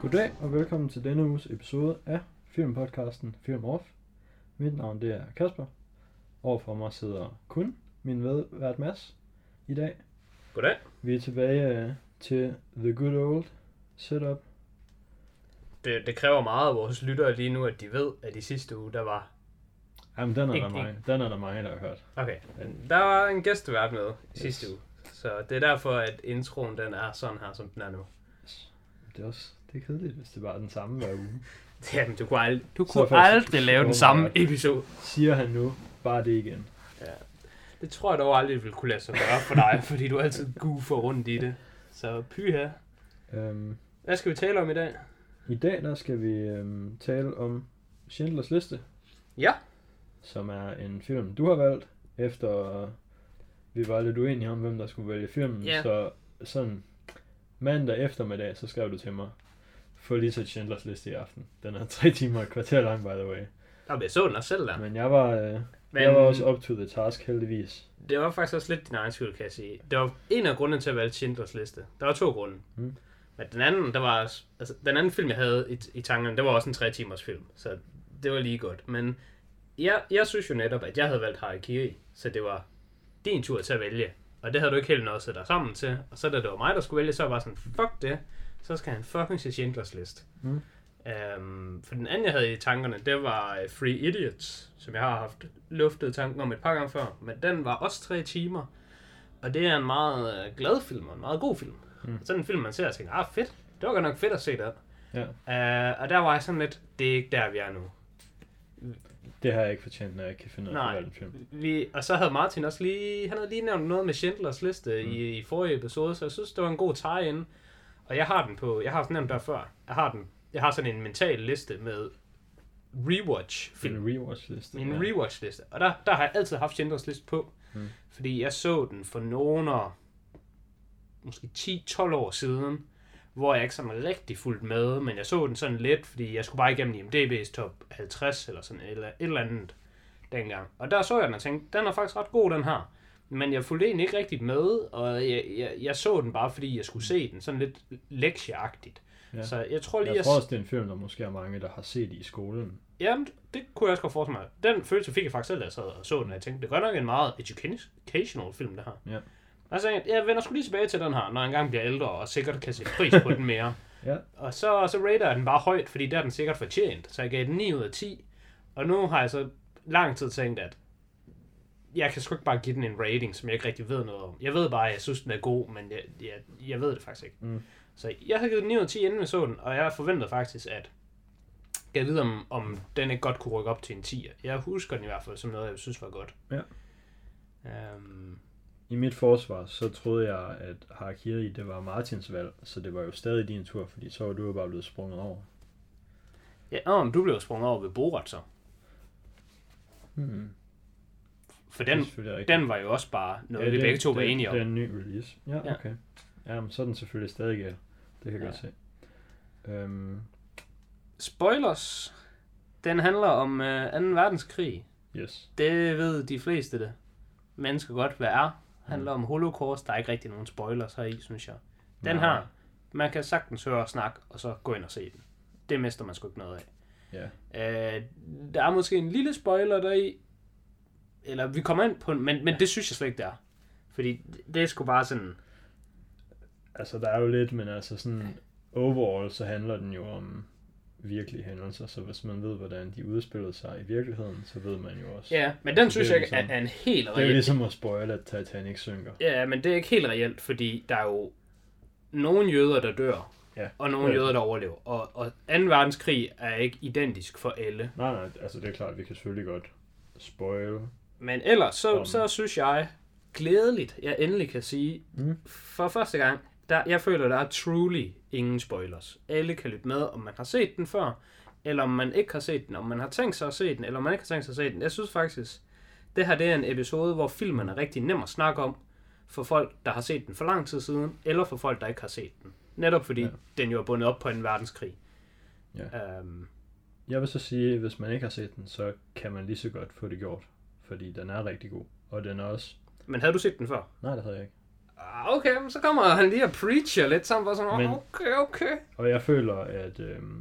Goddag og velkommen til denne uges episode af filmpodcasten Film Off. Mit navn det er Kasper. Overfor mig sidder kun min medvært Mads i dag. Goddag. Vi er tilbage til The Good Old Setup. Det kræver meget af vores lyttere lige nu, at de ved, at i sidste uge, der var... Jamen, den er der mange, der har hørt. Okay, men der var en gæstevært med i sidste uge. Så det er derfor, at introen den er sådan her, som den er nu. Det er kedeligt, hvis det var den samme hver uge. Jamen, du kunne aldrig lave den samme episode. Siger han nu, bare det igen. Ja. Det tror jeg dog aldrig ville kunne lade sig gøre for dig, fordi du altid goofer rundt i det. Så pyha. Hvad skal vi tale om i dag? I dag der skal vi tale om Schindlers Liste. Ja. Som er en film, du har valgt, efter vi var lidt uenige om, hvem der skulle vælge filmen. Ja. Så sådan mandag eftermiddag, så skrev du til mig, få lige set Schindlers Liste i aften. Den er 3 timer og et kvarter lang, by the way. Jeg så den også selv der. Men jeg var også up to the task, heldigvis. Det var faktisk også lidt din egen skyld, kan jeg sige. Det var en af grundene til at vælge Schindlers Liste. Der var 2 grunde. Men den anden, den anden film, jeg havde i tankerne, det var også en 3 timers film. Så det var lige godt. Men jeg synes jo netop, at jeg havde valgt Harakiri. Så det var din tur til at vælge. Og det havde du ikke helt noget at sætte dig sammen til. Og så da det var mig, der skulle vælge, så var jeg bare sådan, fuck det. Så skal han fucking se Schindlers Liste. For den anden, jeg havde i tankerne, det var Free Idiots, som jeg har haft luftet tanken om et par gange før. Men den var også 3 timer. Og det er en meget glad film, og en meget god film. Sådan en film, man ser og tænker, fedt. Det var godt nok fedt at se den. Ja. Og der var jeg sådan lidt, det er ikke der, vi er nu. Det har jeg ikke fortjent, når jeg kan finde ud af at film. Og så havde Martin også lige nævnt noget med Schindlers Liste i forrige episode, så jeg synes, det var en god tie-in. Og jeg har sådan nævnt der før, jeg har sådan en mental liste med rewatch-film. En rewatch-liste. Min rewatch-liste. Og der har jeg altid haft Schindlers Liste på, fordi jeg så den for måske 10-12 år siden, hvor jeg ikke sådan rigtig fulgt med, men jeg så den sådan lidt, fordi jeg skulle bare igennem IMDb's top 50 eller sådan et eller andet dengang. Og der så jeg den og tænkte, den er faktisk ret god, den her. Men jeg fulgte egentlig ikke rigtig med, og jeg så den bare, fordi jeg skulle se den sådan lidt lektieagtigt. Ja. Så jeg tror også, det er en film, der måske er mange, der har set i skolen. Jamen, det kunne jeg også godt forestille mig. Den følelse fik jeg faktisk selv, da jeg sad og så den, og jeg tænkte, det er godt nok en meget educational film, det her. Ja. Altså, jeg vender sgu lige tilbage til den her, når jeg engang bliver ældre, og sikkert kan sætte pris på den mere. Ja. Og så rater jeg den bare højt, fordi der er den sikkert fortjent. Så jeg gav den 9 ud af 10. Og nu har jeg så lang tid tænkt, at jeg kan sgu ikke bare give den en rating, som jeg ikke rigtig ved noget om. Jeg ved bare, at jeg synes, den er god, men jeg ved det faktisk ikke. Så jeg har givet den 9 ud af 10, inden jeg så den, og jeg forventede faktisk, at jeg ved, om den ikke godt kunne rykke op til en 10'er. Jeg husker den i hvert fald som noget, jeg synes var godt. Ja. I mit forsvar, så troede jeg, at Harakiri, det var Martins valg, så det var jo stadig din tur, fordi så var du jo bare blevet sprunget over. Ja, men du blev sprunget over ved Borat så. For den var jo også bare noget, vi begge to var enige om. Det er en ny release. Ja, okay. Ja, men så er den selvfølgelig stadig galt. Det kan jeg godt se. Spoilers. Den handler om 2. verdenskrig. Yes. Det ved de fleste mennesker godt, hvad er. Handler om Holocaust. Der er ikke rigtig nogen spoilers her i, synes jeg. Den her, man kan sagtens høre og snakke, og så gå ind og se den. Det mister man sgu ikke noget af. Ja. Der er måske en lille spoiler deri, eller vi kommer ind på men det synes jeg slet ikke, det er. Fordi det er sgu bare sådan... Altså, der er jo lidt, men altså sådan... Overall, så handler den jo om virkelige hændelser, så hvis man ved, hvordan de udspillede sig i virkeligheden, så ved man jo også... Ja, men den synes jeg ikke er en helt reelt... Det er jo ligesom at spoile, at Titanic synker. Ja, men det er ikke helt reelt, fordi der er jo nogle jøder, der dør, og nogle jøder, der overlever. Og 2. verdenskrig er ikke identisk for alle. Nej, altså det er klart, vi kan selvfølgelig godt spoil. Men ellers, så synes jeg glædeligt, jeg endelig kan sige, for første gang, jeg føler, der er truly ingen spoilers. Alle kan lytte med, om man har set den før, eller om man ikke har set den, om man har tænkt sig at se den, eller om man ikke har tænkt sig at se den. Jeg synes faktisk, det her det er en episode, hvor filmen er rigtig nem at snakke om, for folk, der har set den for lang tid siden, eller for folk, der ikke har set den. Netop fordi den jo er bundet op på 2. verdenskrig. Ja. Jeg vil så sige, at hvis man ikke har set den, så kan man lige så godt få det gjort, fordi den er rigtig god, og den er også... Men havde du set den før? Nej, det havde jeg ikke. Okay, så kommer han lige og preacher lidt sammen, og sådan, okay. Og jeg føler, at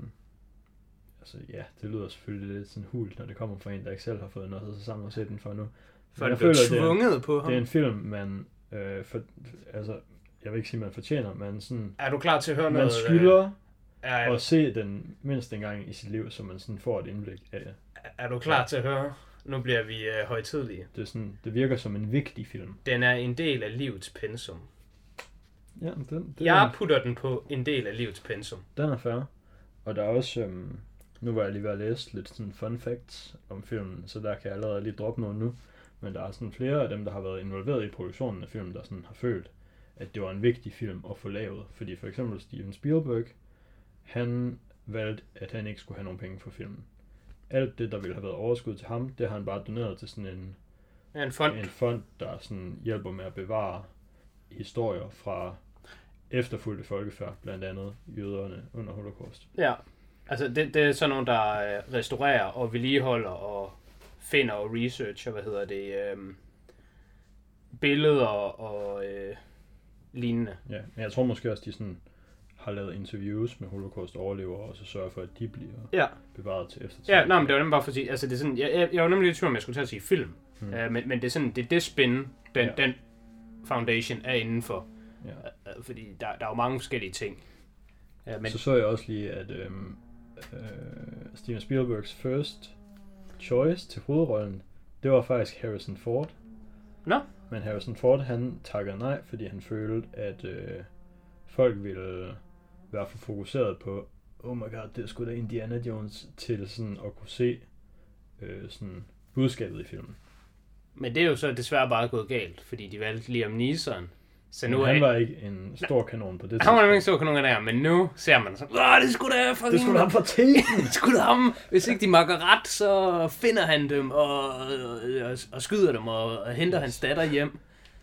altså ja, det lyder selvfølgelig lidt sådan hult, når det kommer fra en, der ikke selv har fået noget så sammen og set den for nu. For jeg føler, tvunget på ham. Det er en film, man, altså, jeg vil ikke sige, man fortjener, men sådan... Er du klar til at høre noget? Man skylder at se den mindst en gang i sit liv, så man sådan får et indblik af det. Er du klar til at høre? Nu bliver vi højtidelige. Det virker som en vigtig film. Den er en del af livets pensum. Ja, jeg putter den på en del af livets pensum. Den er fair. Og der er også... nu var jeg lige ved at læse lidt sådan fun facts om filmen, så der kan jeg allerede lige droppe noget nu. Men der er sådan flere af dem, der har været involveret i produktionen af filmen, der sådan har følt, at det var en vigtig film at få lavet. Fordi for eksempel Steven Spielberg, han valgte, at han ikke skulle have nogen penge for filmen. Alt det, der ville have været overskud til ham, det har han bare doneret til sådan en fond, der sådan hjælper med at bevare historier fra efterfulgte folkefærd, blandt andet jøderne under Holocaust. Ja, altså det er sådan nogle, der restaurerer og vedligeholder og finder og researcher, billeder og lignende. Ja, men jeg tror måske også, de sådan har lavet interviews med Holocaust-overlevere, og så sørger for, at de bliver bevaret til eftertiden. Ja, men det var nemlig bare for at sige, altså det er sådan, jeg var nemlig lidt i tvivl om, jeg skulle til at sige film, men det er sådan, det er det spin, den foundation er indenfor, fordi der er jo mange forskellige ting. Men... Så jeg også lige, at Steven Spielbergs first choice til hovedrollen, det var faktisk Harrison Ford. Nå? Men Harrison Ford, han takkede nej, fordi han følte, at folk ville være for fokuseret på, oh my god, det er sgu da Indiana Jones, til sådan at kunne se sådan budskabet i filmen. Men det er jo så desværre bare gået galt, fordi de valgte Liam Neeson. Så nu han var ikke en stor kanon på det tidspunkt. Han var ikke en stor kanon der, men nu ser man sådan, det skulle da fucking... Det skulle ham fra teten! Det skulle da ham! Hvis ikke de makker ret, så finder han dem og skyder dem og henter hans datter hjem.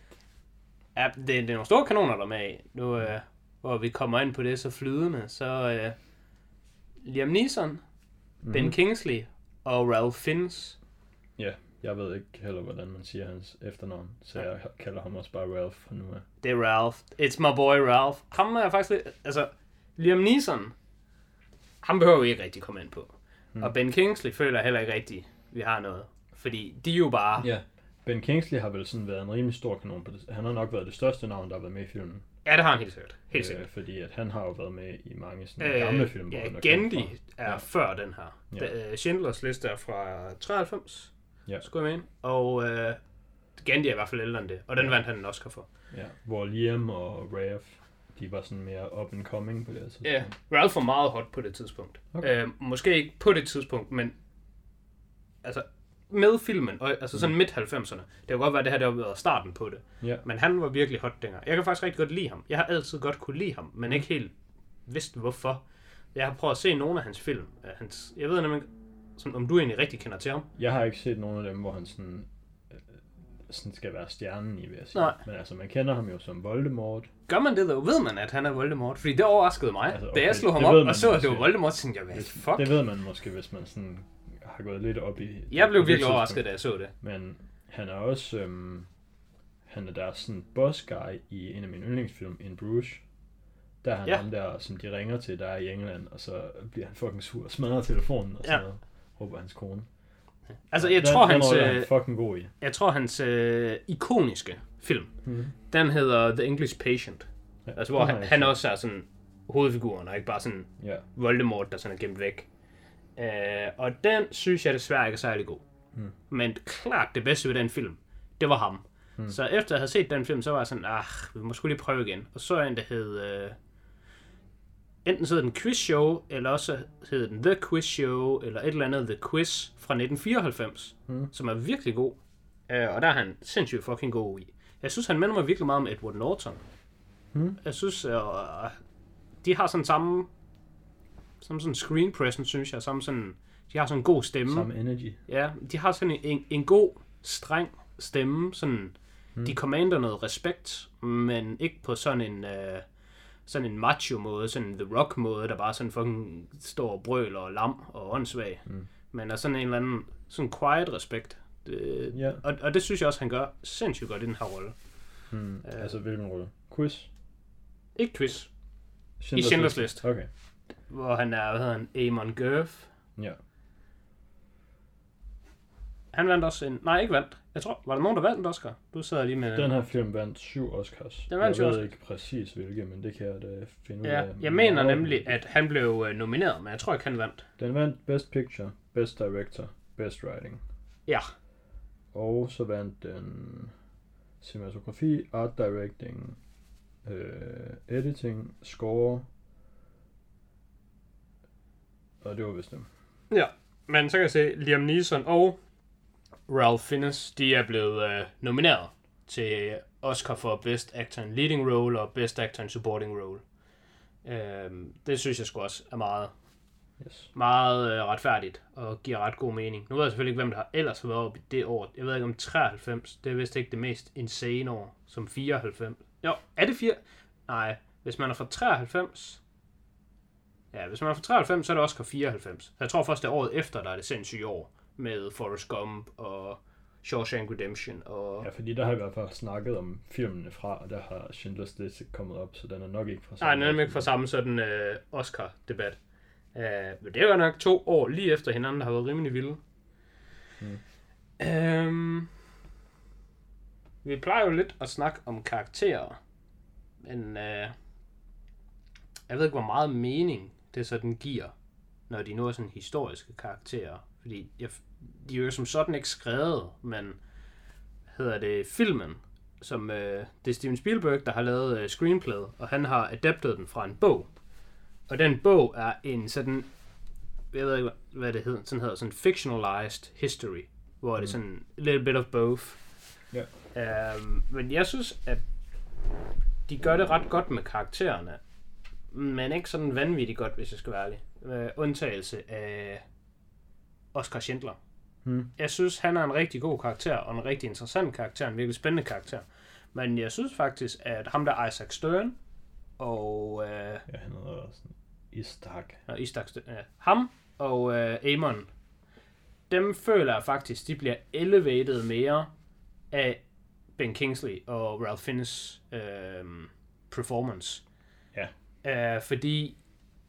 Ja, det er nogle store kanoner, der med af. Nu, hvor vi kommer ind på det så flydende, så Liam Neeson, Ben Kingsley og Ralph Fiennes. Ja, jeg ved ikke heller, hvordan man siger hans efternavn, så jeg kalder ham også bare Ralph for nu af. Det er Ralph. It's my boy Ralph. Ham er faktisk lidt, altså, Liam Neeson, ham behøver vi ikke rigtig komme ind på. Og Ben Kingsley føler heller ikke rigtig, vi har noget. Fordi de er jo bare... Ja, Ben Kingsley har vel sådan været en rimelig stor kanon på det. Han har nok været det største navn, der har været med i filmen. Ja, det har han helt sikkert. Helt sikkert. Fordi at han har jo været med i mange sådan gamle film. Ja, Gandhi er før den her. Ja. Schindlers Liste er fra 93, skulle jeg mene. Og Gandhi er i hvert fald ældre end det. Og den vandt han en Oscar for. Ja, hvor Liam og Ralph, de var sådan mere up and coming på det tidspunkt. Ja, Ralph var meget hot på det tidspunkt. Okay. Måske ikke på det tidspunkt, men altså med filmen, og altså sådan midt-90'erne. Det kan godt være, at det her det har været starten på det. Ja. Men han var virkelig hot dengang. Jeg kan faktisk rigtig godt lide ham. Jeg har altid godt kunne lide ham, men ikke helt vidst hvorfor. Jeg har prøvet at se nogle af hans film. Jeg ved nemlig, sådan, om du egentlig rigtig kender til ham. Jeg har ikke set nogen af dem, hvor han sådan skal være stjernen i, vil jeg sige. Nej. Men altså, man kender ham jo som Voldemort. Gør man det, ved man, at han er Voldemort? Fordi det overraskede mig. Altså, okay, da jeg slog ham op og så, at det var Voldemort, så tænkte jeg, hvad fuck? Det ved man måske, hvis man sådan har gået lidt op i... Jeg blev virkelig overrasket, da jeg så det. Men han er også... han er der sådan boss guy i en af mine yndlingsfilm, In Bruges. Der er han ham der, som de ringer til, der er i England, og så bliver han fucking sur og smadrer telefonen og sådan noget. Råber hans kone. Altså, jeg tror, hans ikoniske film, den hedder The English Patient. Ja, altså, hvor han også er sådan hovedfiguren, og ikke bare sådan Voldemort, der sådan er gemt væk. Og den synes jeg desværre ikke er særlig god. Men klart det bedste ved den film, det var ham. Så efter jeg havde set den film, så var jeg sådan, vi må sgu lige prøve igen. Og så er en, der hed... enten så hed den Quiz Show, eller også hed den The Quiz Show, eller et eller andet The Quiz fra 1994, som er virkelig god. Og der er han sindssygt fucking god i. Jeg synes, han minder mig virkelig meget om Edward Norton. Jeg synes, de har sådan sådan screen presence, synes jeg. De har sådan en god stemme. Samme energy. Ja, de har sådan en god, streng stemme. Sådan, de commander noget respekt, men ikke på sådan en macho måde, sådan en The Rock måde, der bare sådan fucking står og brøler og lam og åndssvag. Men er sådan en eller anden sådan quiet respekt. Og det synes jeg også, han gør sindssygt godt i den her rolle. Altså hvilken rolle? Quiz? Ikke quiz. I Schindlers List. Okay. Hvor han er, hvad hedder han, Eamon Gurf. Ja. Han vandt også en... Nej, ikke vandt. Jeg tror, var der nogen, der vandt en Oscar? Du sidder lige med... Den her film vandt 7 Oscars. Jeg ved ikke præcis hvilke, men det kan jeg da finde ud af. Jeg mener nemlig, at han blev nomineret, men jeg tror ikke, han vandt. Den vandt Best Picture, Best Director, Best Writing. Ja. Og så vandt den cinematografi, art directing, editing, score. Og det var vist dem. Ja, men så kan jeg se, Liam Neeson og Ralph Fiennes, de er blevet nomineret til Oscar for Best Actor in Leading Role og Best Actor in Supporting Role. Det synes jeg sgu også er meget retfærdigt og giver ret god mening. Nu ved jeg selvfølgelig ikke, hvem der ellers har været oppe i det år. Jeg ved ikke om 93, det er vist ikke det mest insane år, som 94. Jo, er det 4? Nej, hvis man er fra 93... Ja, hvis man er fra 93, så er det Oscar 94. Så jeg tror først, det er året efter, der er det sindssyge år. Med Forrest Gump og Shawshank Redemption. Og... Ja, fordi der har i hvert fald snakket om filmene fra, og der har Schindlers List kommet op, så den er nok ikke fra samme. Nej, den er ikke fra samme sådan Oscar-debat. Men det er jo nok 2 år lige efter hinanden, der har været rimelig vilde. Vi plejer jo lidt at snakke om karakterer, men jeg ved ikke, hvor meget mening det sådan giver, når de nu er sådan historiske karakterer. Fordi de er jo som sådan ikke skrevet, men hedder det filmen, som det er Steven Spielberg, der har lavet screenplayet, og han har adaptet den fra en bog. Og den bog er en sådan, jeg ved ikke, hvad det hedder, sådan fictionalized history, hvor det er sådan a little bit of both. Yeah. Men jeg synes, at de gør det ret godt med karaktererne, men ikke sådan vanvittigt godt, hvis jeg skal være ærlig. Undtagelse af Oskar Schindler. Jeg synes, han er en rigtig god karakter, og en rigtig interessant karakter, en virkelig spændende karakter. Men jeg synes faktisk, at ham der Isaac Stern, og... ja, han hedder sådan Isaac Stern, ja. Ham og Eamon, dem føler jeg faktisk, de bliver elevated mere af Ben Kingsley og Ralph Fiennes performance. Ja. Fordi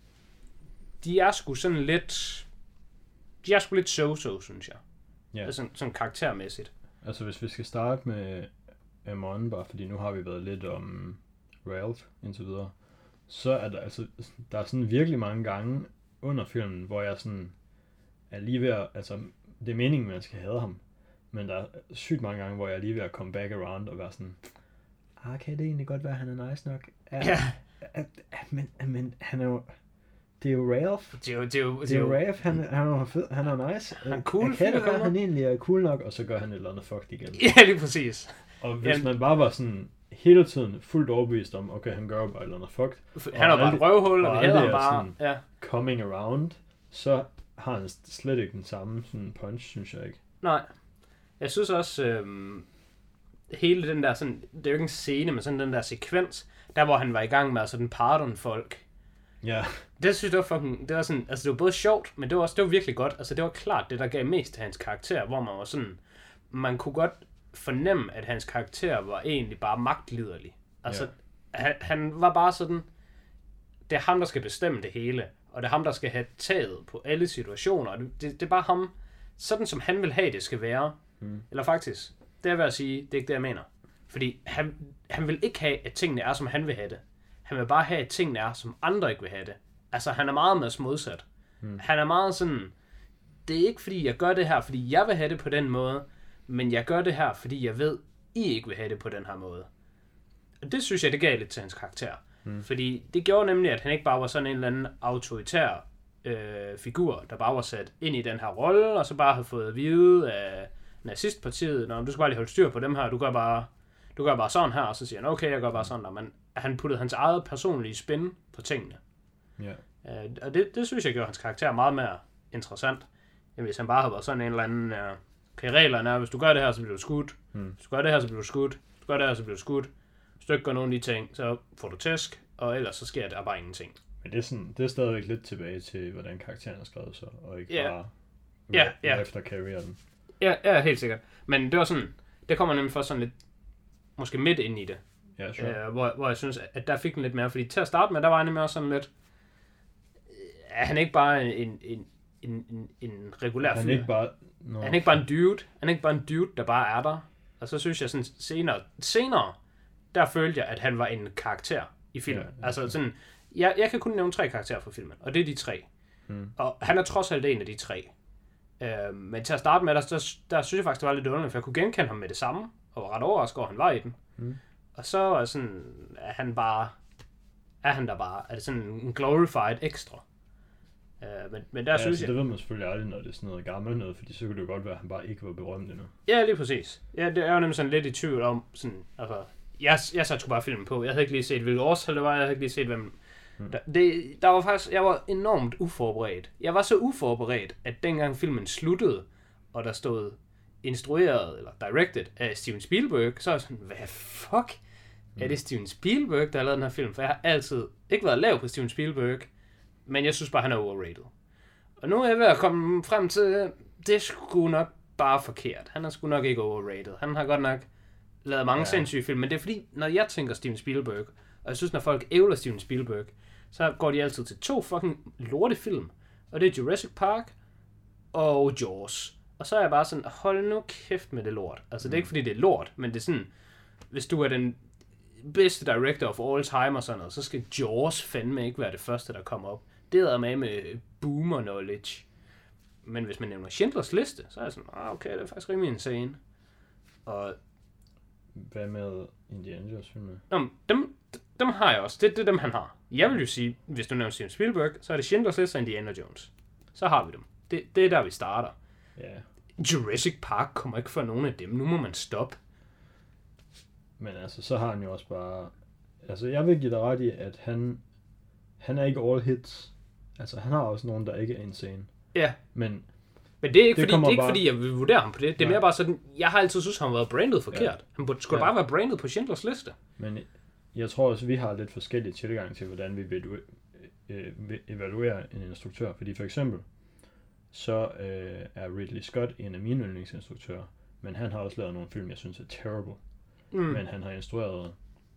de er sgu sådan lidt... De er sgu lidt so-so, synes jeg. Ja. Altså, sådan karaktermæssigt. Altså, hvis vi skal starte med Amon, bare fordi nu har vi været lidt om Ralph indtil videre, så er der altså, der er sådan virkelig mange gange under filmen, hvor jeg sådan er lige ved at, altså, det er meningen, man skal have ham, men der er sygt mange gange, hvor jeg er lige ved at komme back around og være sådan, kan det egentlig godt være, han er nice nok? Ja. Men han er jo... Det er jo Ralph. Det er jo Ralph, han er fed, han er nice. Han er cool. Kan det være, han egentlig er cool nok, og så gør han et eller andet fucked igen. Ja, lige præcis. Og hvis man bare var sådan hele tiden fuldt overbevist om, okay, han gør bare et eller andet fucked. Han er bare et røvhul, og vi hedder ham bare coming around, så har han slet ikke den samme sådan punch, synes jeg ikke. Nej. Jeg synes også, hele den der sådan, det er jo ikke en scene, men sådan den der sekvens, der hvor han var i gang med sådan pardon folk. Ja. Det synes jeg det var sådan, altså det var både sjovt, men det var virkelig godt. Altså det var klart det, der gav mest til hans karakter, hvor man var sådan, man kunne godt fornemme, at hans karakter var egentlig bare magtliderlig. Altså, han var bare sådan, det er ham, der skal bestemme det hele, og det er ham, der skal have taget på alle situationer. Det er bare ham, sådan som han vil have det skal være. Eller faktisk, det er ved at sige, det er ikke det, jeg mener. Fordi han vil ikke have, at tingene er, som han vil have det. Han vil bare have, at tingene er, som andre ikke vil have det. Altså, han er meget mere modsat. Han er meget sådan, det er ikke fordi, jeg gør det her, fordi jeg vil have det på den måde, men jeg gør det her, fordi jeg ved, I ikke vil have det på den her måde. Og det synes jeg, det gav lidt til hans karakter. Fordi det gjorde nemlig, at han ikke bare var sådan en eller anden autoritær figur, der bare var sat ind i den her rolle, og så bare havde fået at vide af nazistpartiet, du skal bare lige holde styr på dem her, du gør bare sådan her, og så siger han, okay, jeg gør bare sådan der, men han puttede hans eget personlige spin på tingene. Yeah. Og det synes jeg gjorde hans karakter meget mere interessant, end hvis han bare havde været sådan en eller anden, okay, reglerne er, hvis du gør det her, så bliver du skudt, hvis du gør det her, så bliver du skudt, hvis du gør det her, så bliver du skudt, hvis du ikke gør nogle af de ting, så får du tæsk, og ellers så sker der bare ingenting. Men det er stadigvæk lidt tilbage til, hvordan karakteren er skrevet så, og ikke bare efter carrier den. Ja, helt sikkert. Men det var sådan, det kommer nemlig først sådan lidt måske midt inde i det. Ja, sure. Hvor jeg synes, at der fik den lidt mere. Fordi til at starte med, der var han mere sådan lidt... Er han ikke bare en regulær fyr? Han er ikke bare... Han er ikke bare en dude. Han er ikke bare en dude, der bare er der. Og så synes jeg sådan senere, der følte jeg, at han var en karakter i filmen. Ja, altså sådan... Jeg kan kun nævne 3 karakterer fra filmen, og det er de 3. Og han er trods alt en af de 3. Men til at starte med, der synes jeg faktisk, det var lidt underligt, for jeg kunne genkende ham med det samme, og var ret overrasket over, at han var i den. Og så er sådan, er han der bare, er det sådan en glorified ekstra. Men der synes jeg... det ved man selvfølgelig aldrig, når det er sådan noget gammelt noget, fordi så kunne det jo godt være, at han bare ikke var berømt endnu. Ja, lige præcis. Ja, det er jo nemlig sådan lidt i tvivl om, sådan, altså, jeg satte sgu bare filmen på. Jeg havde ikke lige set, hvilket årstal det var, jeg havde ikke lige set, hvem... Der var faktisk, jeg var enormt uforberedt. Jeg var så uforberedt, at dengang filmen sluttede, og der stod instrueret, eller directed af Steven Spielberg, så er jeg sådan, hvad fuck? Er det Steven Spielberg, der har lavet den her film? For jeg har altid ikke været lav på Steven Spielberg, men jeg synes bare, han er overrated. Og nu er jeg ved at komme frem til, det er sgu nok bare forkert. Han er sgu nok ikke overrated. Han har godt nok lavet mange sindssyge film, men det er fordi, når jeg tænker Steven Spielberg, og jeg synes, når folk ævler Steven Spielberg, så går de altid til 2 fucking lortefilm. Og det er Jurassic Park og Jaws. Og så er jeg bare sådan, hold nu kæft med det lort. Altså det er ikke fordi det er lort, men det er sådan, hvis du er den bedste director of all time og sådan noget, så skal Jaws fandme ikke være det første, der kommer op. Det er med boomer knowledge. Men hvis man nævner Schindlers Liste, så er jeg sådan, okay, det er faktisk rimelig insane. Og hvad med Indiana Jones filmen? Dem har jeg også. Det er dem, han har. Jeg vil jo sige, hvis du nævner Steven Spielberg, så er det Schindlers List og Indiana Jones. Så har vi dem. Det er der, vi starter. Ja. Jurassic Park kommer ikke fra nogen af dem. Nu må man stoppe. Men altså, så har han jo også bare... Altså, jeg vil give dig ret i, at han er ikke all hits. Altså, han har også nogen, der ikke er insane. Ja. Men det er ikke, fordi jeg vil vurdere ham på det. Det er mere bare sådan, jeg har altid synes, han har været brandet forkert. Ja. Han skulle bare være brandet på Schindlers Liste. Men jeg tror også, vi har lidt forskellige tilgang til, hvordan vi vil evaluere en instruktør. Fordi for eksempel, så er Ridley Scott en af mine yndlingsinstruktører. Men han har også lavet nogle film, jeg synes er terrible. Men han har instrueret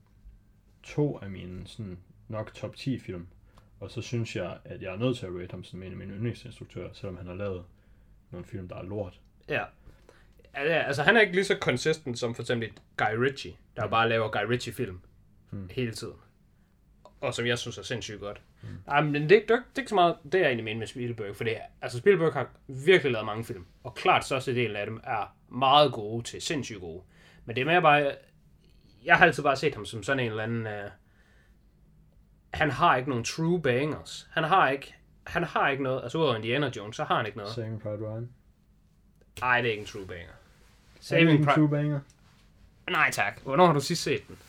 2 af mine sådan, nok top 10 film. Og så synes jeg, at jeg er nødt til at rate ham som en af mine yndlingsinstruktører, selvom han har lavet nogle film, der er lort. Ja. Altså han er ikke lige så consistent som for eksempel Guy Ritchie, der bare laver Guy Ritchie-film hele tiden. Og som jeg synes er sindssygt godt. Ej, men det er ikke så meget, det er egentlig med Spielberg, for altså Spielberg har virkelig lavet mange film, og klart største del af dem er meget gode til sindssygt gode. Men det er mere bare, jeg har altid bare set ham som sådan en eller anden, han har ikke nogen true bangers. Han har ikke noget, altså udover Indiana Jones, så har han ikke noget. Saving Private Ryan? Ej, det er ikke en true banger. Saving True banger? Nej tak. Hvornår har du sidst set den?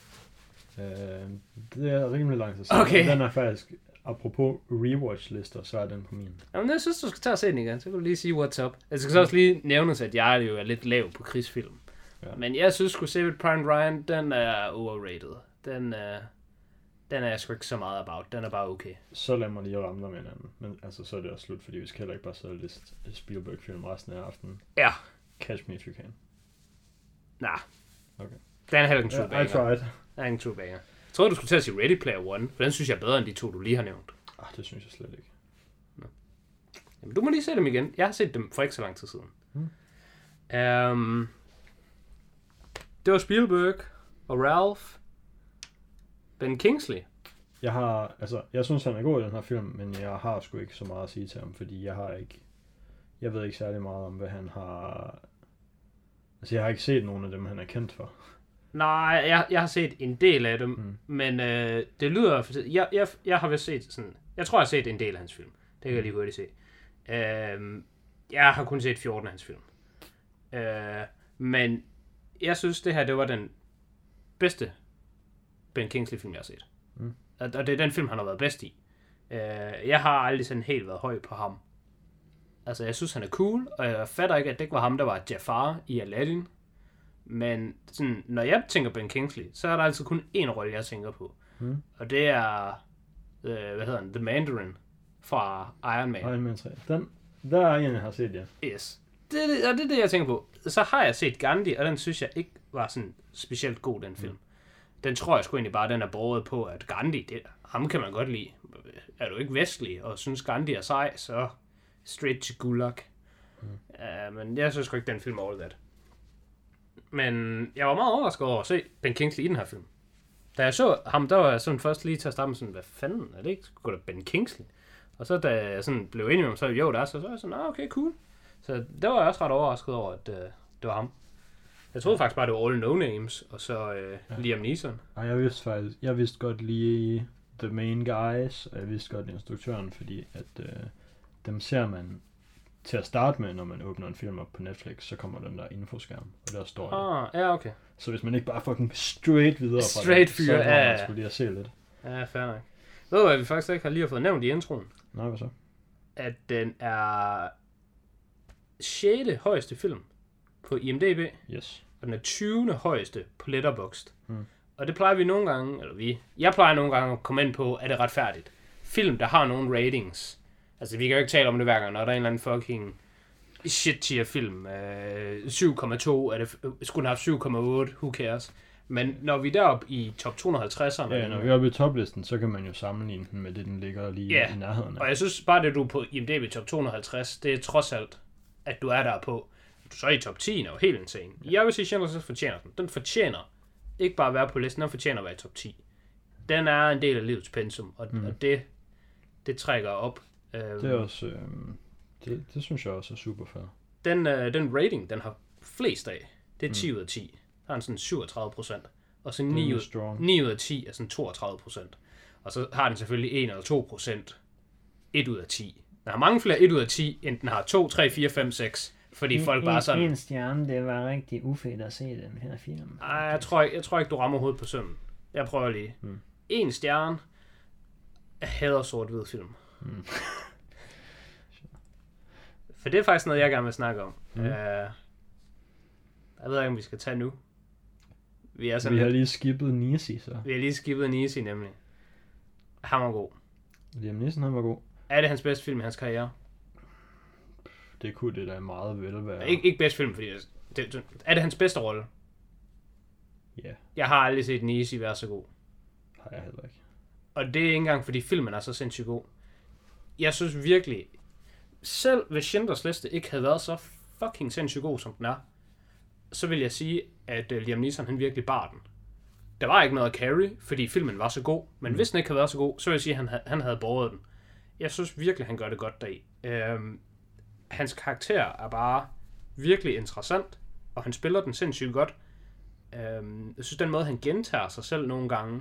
Det er rimelig lang tid siden. Okay. Den er faktisk, apropos rewatch-lister, så er den på min. Jamen, jeg synes, du skal tage og se den igen. Så kan du lige sige, what's up. Jeg skal så også lige nævnes, at jeg jo er lidt lav på krigsfilm. Ja. Men jeg synes sgu, Saving Private Ryan, den er overrated. Den er jeg sgu ikke så meget about. Den er bare okay. Så lad mig lige ramme dig med hinanden. Men altså, så er det også slut, fordi vi skal heller ikke bare sidde og liste Spielberg-film resten af aftenen. Ja. Catch Me If You Can. Nej. Okay. Den er heller ikke en true banger. I tried. Den er ikke en true banger. Jeg troede, du skulle til at sige Ready Player One, for den synes jeg er bedre end de 2, du lige har nævnt. Det synes jeg slet ikke. Nå. Jamen, du må lige se dem igen. Jeg har set dem for ikke så lang tid siden. Det var Spielberg og Ralph. Ben Kingsley. Jeg synes, han er god i den her film, men jeg har sgu ikke så meget at sige til ham, fordi jeg ved ikke særlig meget om, hvad han har... Altså, jeg har ikke set nogen af dem, han er kendt for. Nej, jeg har set en del af dem, men det lyder... Jeg har vist set sådan... Jeg tror, jeg har set en del af hans film. Det kan jeg lige hurtigt se. Jeg har kun set 14 af hans film. Men jeg synes, det her, det var den bedste Ben Kingsley-film, jeg har set. Og det er den film, han har været bedst i. Jeg har aldrig sådan helt været høj på ham. Altså, jeg synes, han er cool, og jeg fatter ikke, at det ikke var ham, der var Jafar i Aladdin. Men sådan, når jeg tænker Ben Kingsley, så er der altid kun én rolle, jeg tænker på. Og det er, hvad hedder den? The Mandarin fra Iron Man. Iron Man 3. Der er en, jeg har set, ja. Yes. Det er det, jeg tænker på. Så har jeg set Gandhi, og den synes jeg ikke var sådan specielt god, den film. Den tror jeg sgu egentlig bare, den er båret på, at Gandhi, ham kan man godt lide. Er du ikke vestlig og synes Gandhi er sej, så straight to gulag. Men jeg synes sgu ikke, den film er all that. Men jeg var meget overrasket over at se Ben Kingsley i den her film. Da jeg så ham, der var jeg sådan først lige til at starte med sådan, hvad fanden, er det ikke sgu da Ben Kingsley? Og så da jeg sådan blev enig med ham, så jo, der er så er jeg sådan, okay, cool. Så der var jeg også ret overrasket over, at det var ham. Jeg troede faktisk bare, det var All No Names, og så Liam Neeson. Og jeg vidste godt lige The Main Guys, og jeg vidste godt instruktøren, fordi at dem ser man til at starte med, når man åbner en film op på Netflix, så kommer den der infoskærm, og der står det. Ja, okay. Så hvis man ikke bare fucking straight videre fra straight den, fyr, så må man skulle lige at se lidt. Ja, fair nok. Ved du, hvad vi faktisk ikke har lige fået nævnt i introen? Nej, hvad så? At den er 6. højeste film på IMDb. Yes. Og den er 20. højeste på Letterboxd. Og det plejer vi nogle gange, jeg plejer nogle gange at komme ind på, er det retfærdigt? Film, der har nogle ratings. Altså, vi kan jo ikke tale om det hver gang, når der er en eller anden fucking shit-tier film. 7,2, skulle den have 7,8, who cares? Men når vi er deroppe i top 250'erne... Ja, når vi er oppe i toplisten, så kan man jo sammenligne den med det, den ligger lige i nærheden af. Og jeg synes bare, det du er på IMDb top 250, det er trods alt, at du er der på. Du så er i top 10, er jo helt insane. Jeg vil sige, Schindlers List fortjener den. Den fortjener ikke bare at være på listen, den fortjener at være i top 10. Den er en del af livets pensum, og det trækker op. Det er også... det synes jeg også er super fair. Den rating, den har flest af, det er 10 ud af 10. Der er en sådan 37%. Og så 9 ud af 10 er sådan 32%. Og så har den selvfølgelig 1 eller 2% 1 ud af 10. Den har mange flere 1 ud af 10, end den har 2, 3, 4, 5, 6. Fordi folk bare sådan... En stjerne, det var rigtig ufedt at se den her film. Ej, jeg tror ikke, du rammer hovedet på sømmen. Jeg prøver lige. 1 stjerne. Jeg hader sort-hvid film. For det er faktisk noget, jeg gerne vil snakke om. Jeg ved ikke, om vi skal tage nu. Vi har lige skippet Nisi, så. Vi har lige skippet Nisi, nemlig. Han var god. Liam Neeson, han var god. Er det hans bedste film i hans karriere? Det kunne det da meget vel være. Ikke bedste film, fordi... Er det hans bedste rolle? Ja. Yeah. Jeg har aldrig set Nisi være så god. Har jeg heller ikke. Og det er ikke engang, fordi filmen er så sindssygt god. Jeg synes virkelig... Selv hvis Schindlers Liste ikke havde været så fucking sindssygt god, som den er, så vil jeg sige, at Liam Neeson, han virkelig bar den. Der var ikke noget at carry, fordi filmen var så god, men hvis den ikke havde været så god, så vil jeg sige, at han havde båret den. Jeg synes virkelig, han gør det godt deri. Hans karakter er bare virkelig interessant, og han spiller den sindssygt godt. Jeg synes, den måde, han gentager sig selv nogle gange,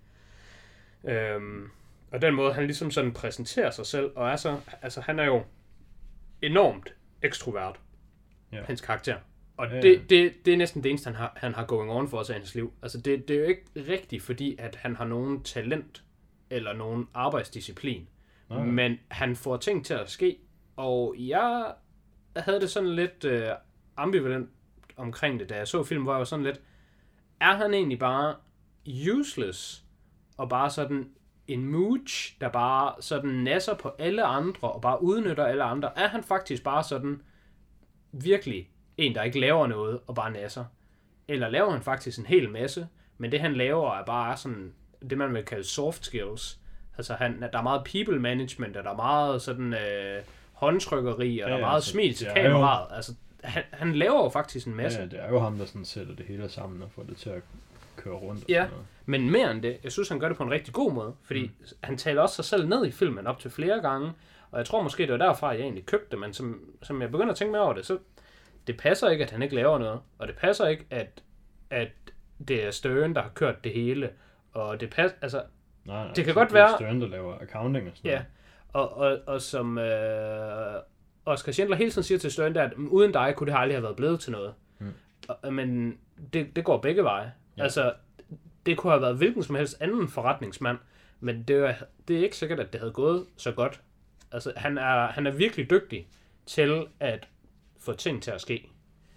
og den måde, han ligesom sådan præsenterer sig selv, og er så, altså han er jo enormt ekstrovert, hans karakter. Og det er næsten det eneste, han har going on for os i hans liv. Altså det er jo ikke rigtigt, fordi at han har nogen talent, eller nogen arbejdsdisciplin. Men han får ting til at ske, og jeg havde det sådan lidt ambivalent omkring det, da jeg så filmen, hvor jeg var sådan lidt, er han egentlig bare useless, og bare sådan en mooch, der bare sådan nasser på alle andre, og bare udnytter alle andre? Er han faktisk bare sådan virkelig en, der ikke laver noget, og bare nasser? Eller laver han faktisk en hel masse, men det han laver er bare sådan, det man vil kalde soft skills. Altså der er meget people management, og der er meget sådan håndtrykkeri, og der er meget smil til kameraet. Altså han laver jo faktisk en masse. Ja, det er jo ham, der sådan sætter det hele sammen og får det til at køre rundt. Ja, men mere end det, jeg synes, han gør det på en rigtig god måde, fordi han taler også sig selv ned i filmen op til flere gange, og jeg tror måske, det var derfra, jeg egentlig købte det, men som jeg begynder at tænke mere over det, så det passer ikke, at han ikke laver noget, og det passer ikke, at det er Stern, der har kørt det hele, og det passer, altså, nej, det kan godt være... Det er Stern, der laver accounting og sådan noget. Og som Oscar Schindler hele tiden siger til Stern, der, at uden dig kunne det aldrig have været blevet til noget. Men det går begge veje. Ja. Altså, det kunne have været hvilken som helst anden forretningsmand, men det er ikke sikkert, at det havde gået så godt. Altså, han er virkelig dygtig til at få ting til at ske.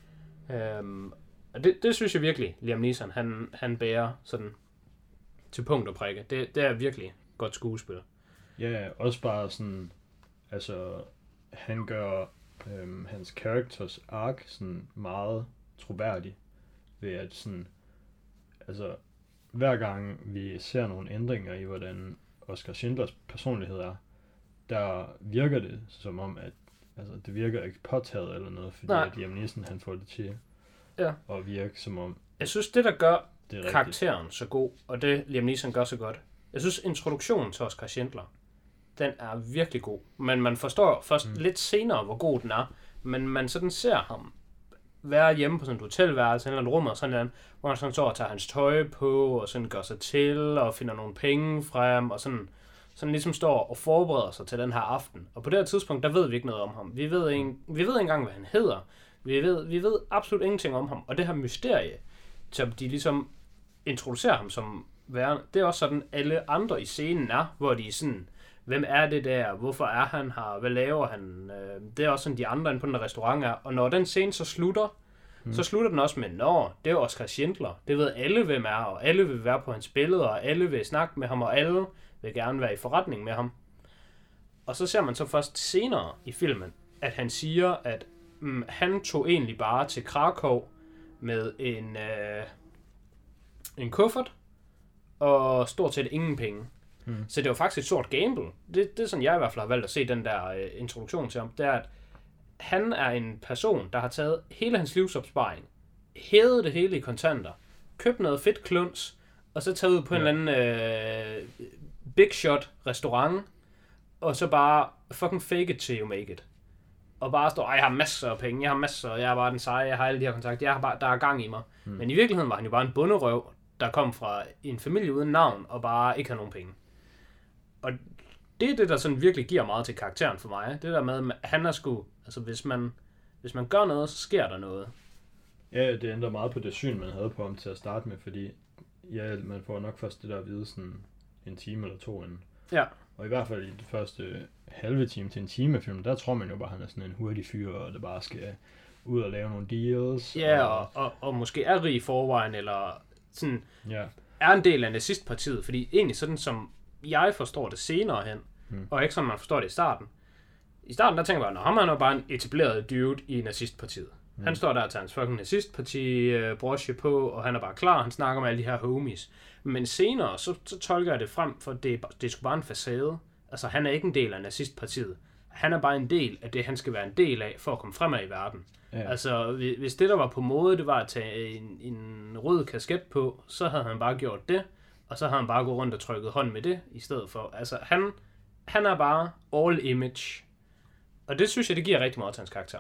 Og det synes jeg virkelig, Liam Neeson, han bærer sådan til punkt og prikke. Det er virkelig godt skuespil. Ja, også bare sådan, altså, han gør hans characters arc sådan meget troværdig. ved at sådan, altså hver gang vi ser nogle ændringer i, hvordan Oskar Schindlers personlighed er, der virker det som om, at altså, det virker ikke påtaget eller noget, fordi at Liam Neeson, han får det til at virke som om... Jeg synes, det der gør karakteren så god, og det Liam Neeson gør så godt, jeg synes, introduktionen til Oskar Schindler, den er virkelig god. Men man forstår først lidt senere, hvor god den er, men man sådan ser ham være hjemme på sådan et hotelværelse eller et rum og sådan noget, hvor han sådan står og tager hans tøj på, og sådan gør sig til, og finder nogle penge frem, og sådan ligesom står og forbereder sig til den her aften. Og på det her tidspunkt, der ved vi ikke noget om ham. Vi ved ikke engang, hvad han hedder. Vi ved absolut ingenting om ham. Og det her mysterie, som de ligesom introducerer ham som værende, det er også sådan, alle andre i scenen er, hvor de er sådan, hvem er det der? Hvorfor er han her? Hvad laver han? Det er også sådan, de andre inde på den restaurant er. Og når den scene så slutter, så slutter den også med, det er Oskar Schindler. Det ved alle, hvem er, og alle vil være på hans billeder, og alle vil snakke med ham, og alle vil gerne være i forretning med ham. Og så ser man så først senere i filmen, at han siger, at han tog egentlig bare til Krakow med en kuffert, og stort set ingen penge. Så det var faktisk et stort gamble. Det er sådan, jeg i hvert fald har valgt at se den der introduktion til ham. Det er, at han er en person, der har taget hele hans livsopsparing, hævet det hele i kontanter, købt noget fedt kluns, og så taget ud på en eller anden big shot restaurant, og så bare fucking fake it till you make it. Og bare stå, jeg har masser af penge, jeg er bare den seje, jeg har alle de her kontakter, der er gang i mig. Men i virkeligheden var han jo bare en bunderøv, der kom fra en familie uden navn, og bare ikke havde nogen penge. Og det er det, der sådan virkelig giver meget til karakteren for mig. Det der med, at han er sgu, altså hvis man gør noget, så sker der noget. Ja, det ændrer meget på det syn, man havde på ham til at starte med, fordi man får nok først det der at vide sådan en time eller to inden. Ja. Og i hvert fald i det første halve time til en time af filmen, der tror man jo bare, at han er sådan en hurtig fyr, og det bare skal ud og lave nogle deals. Ja, og måske er rig i forvejen, eller sådan er en del af nazistpartiet, fordi egentlig sådan som jeg forstår det senere hen, og ikke som man forstår det i starten. I starten der tænker jeg bare, ham er bare en etableret dude i nazistpartiet. Han står der og tager hans fucking nazistparti broche på, og han er bare klar, han snakker med alle de her homies. Men senere, så tolker jeg det frem, for det er sgu bare en facade. Altså, han er ikke en del af nazistpartiet. Han er bare en del af det, han skal være en del af, for at komme fremad i verden. Ja. Altså, hvis det, der var på mode, det var at tage en rød kasket på, så havde han bare gjort det, og så havde han bare gået rundt og trykket hånd med det, i stedet for. Altså, han er bare all image. Og det synes jeg, det giver rigtig meget til hans karakter.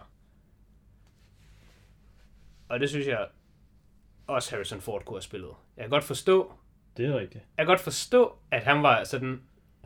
Og det synes jeg også Harrison Ford kunne have spillet. Jeg kan godt forstå... Det er rigtigt. Jeg kan godt forstå, at han var sådan...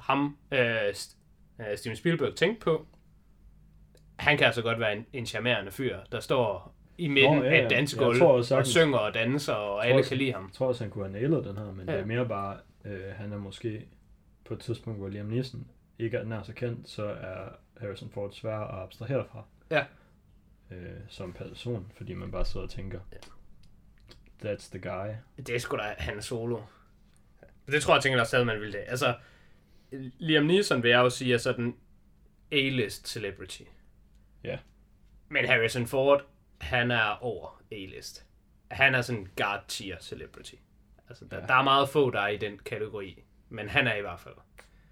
Steven Spielberg tænkte på. Han kan altså godt være en charmerende fyr, der står i midten af et dansegulv og synger og danser, og alle kan lide ham. Jeg tror også, han kunne have nailet den her, men det er mere bare... han er måske på et tidspunkt, hvor Liam Neeson ikke er nær så kendt, så er Harrison Ford svær at abstrahere fra. Ja. Som person, fordi man bare sidder og tænker, that's the guy. Det er sgu da Han Solo. Det tror jeg tænker, der stadig man vil det. Altså, Liam Neeson vil jeg jo sige er sådan A-list celebrity. Ja. Men Harrison Ford, han er over A-list. Han er sådan god tier celebrity. Altså, der er meget få, der er i den kategori. Men han er i hvert fald.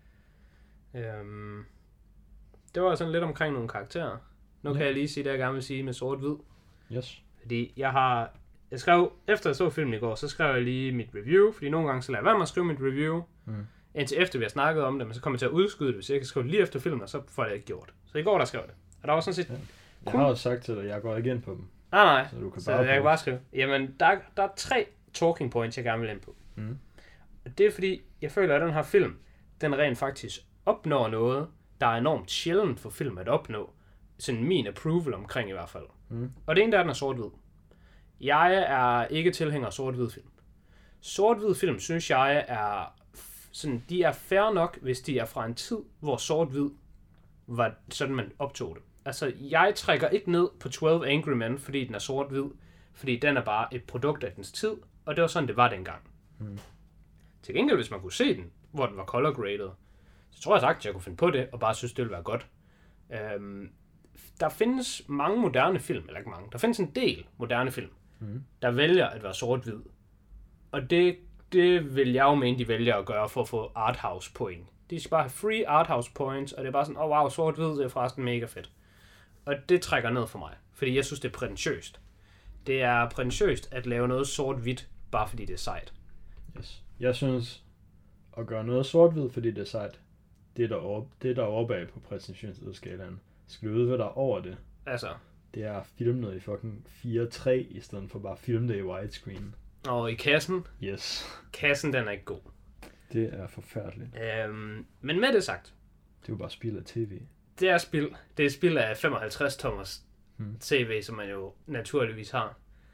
Det var sådan lidt omkring nogle karakterer. Nu kan jeg lige sige det, jeg gerne vil sige med sort-hvid. Yes. Fordi jeg skrev, efter jeg så filmen i går, så skrev jeg lige mit review, fordi nogle gange så lader jeg være med at skrive mit review, indtil efter vi har snakket om det, men så kommer jeg til at udskyde det, hvis jeg kan skrive det lige efter filmen, og så får jeg det ikke gjort. Så i går, der skrev det. Og der var sådan set... Ja. Jeg har også sagt til dig, at jeg går ikke ind på dem. Nej. Så du kan så jeg kan bare skrive. Jamen, der er 3 talking points, jeg gerne vil ind på. Og det er fordi, jeg føler, at den her film, den rent faktisk opnår noget, der er enormt sjældent for film at opnå. Sådan min approval omkring i hvert fald. Og det ene der, den er sort-hvid. Jeg er ikke tilhænger af sort-hvid film. Sort-hvid film, synes jeg, er sådan, de er fair nok, hvis de er fra en tid, hvor sort-hvid var sådan, man optog det. Altså, jeg trækker ikke ned på 12 Angry Men, fordi den er sort-hvid, fordi den er bare et produkt af dens tid, og det var sådan, det var dengang. Til gengæld, hvis man kunne se den, hvor den var color graded, så tror jeg sagt, at jeg kunne finde på det, og bare synes, det ville være godt. Der findes mange moderne film, eller ikke mange, der findes en del moderne film, der vælger at være sort-hvid. Og det vil jeg jo mene, de vælger at gøre for at få arthouse point. De skal bare have free arthouse points, og det er bare sådan, wow, sort-hvid, det er forresten mega fedt. Og det trækker ned for mig, fordi jeg synes, det er prætentiøst. Det er prætentiøst at lave noget sort-hvidt, bare fordi det er sejt. Yes. Jeg synes, at gøre noget sort-hvid, fordi det er sejt, det er der over bag på prætentiøsskalaen. Skal du vide, hvad der er over det? Altså. Det er filmet i fucking 4:3, i stedet for bare at filme det i widescreen. Og i kassen? Yes. Kassen, den er ikke god. Det er forfærdeligt. Men med det sagt. Det er jo bare spil af tv. Det er spil. Det er spil af 55 tommers tv, som man jo naturligvis har.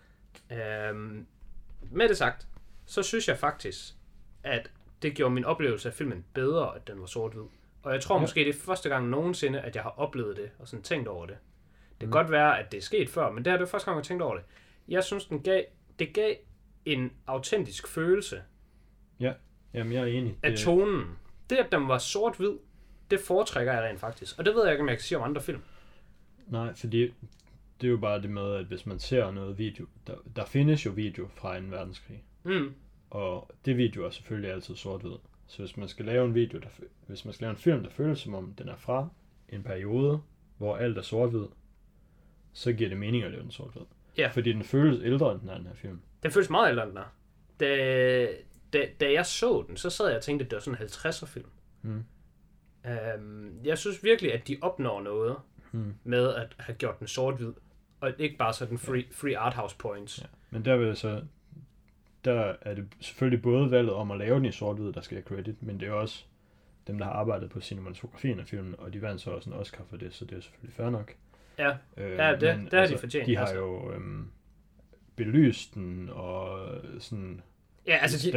Med det sagt, så synes jeg faktisk, at det gjorde min oplevelse af filmen bedre, at den var sort-hvid. Og jeg tror måske, det er første gang nogensinde, at jeg har oplevet det, og sådan tænkt over det. Det kan godt være, at det er sket før, men det her det er første gang, jeg tænkte over det. Jeg synes, det gav en autentisk følelse. Ja, jamen jeg er enig. Af tonen. Det, at den var sort-hvid, det foretrækker jeg rent faktisk. Og det ved jeg ikke, om jeg kan sige om andre film. Nej, fordi det er jo bare det med, at hvis man ser noget video, der findes jo video fra 2. verdenskrig. Og det video er selvfølgelig altid sort-hvid. Så hvis man skal lave en video, hvis man skal lave en film, der føles som om den er fra en periode, hvor alt er sort-hvid, så giver det mening at lave den sort-hvid. Ja. Fordi den føles ældre end den her film. Den føles meget ældre end den er. Da jeg så den, så sad jeg og tænkte, at det var sådan en 50'er film. Jeg synes virkelig, at de opnår noget med at have gjort den sort-hvid, og ikke bare sådan free arthouse points. Ja. Men der er det selvfølgelig både valget om at lave den i sort-hvid, der skal have credit, men det er også dem, der har arbejdet på cinematografien af filmen, og de vandt så også en Oscar for det, så det er selvfølgelig fair nok. Ja, det har de fortjent. De har jo belyst den, og sådan... Ja, altså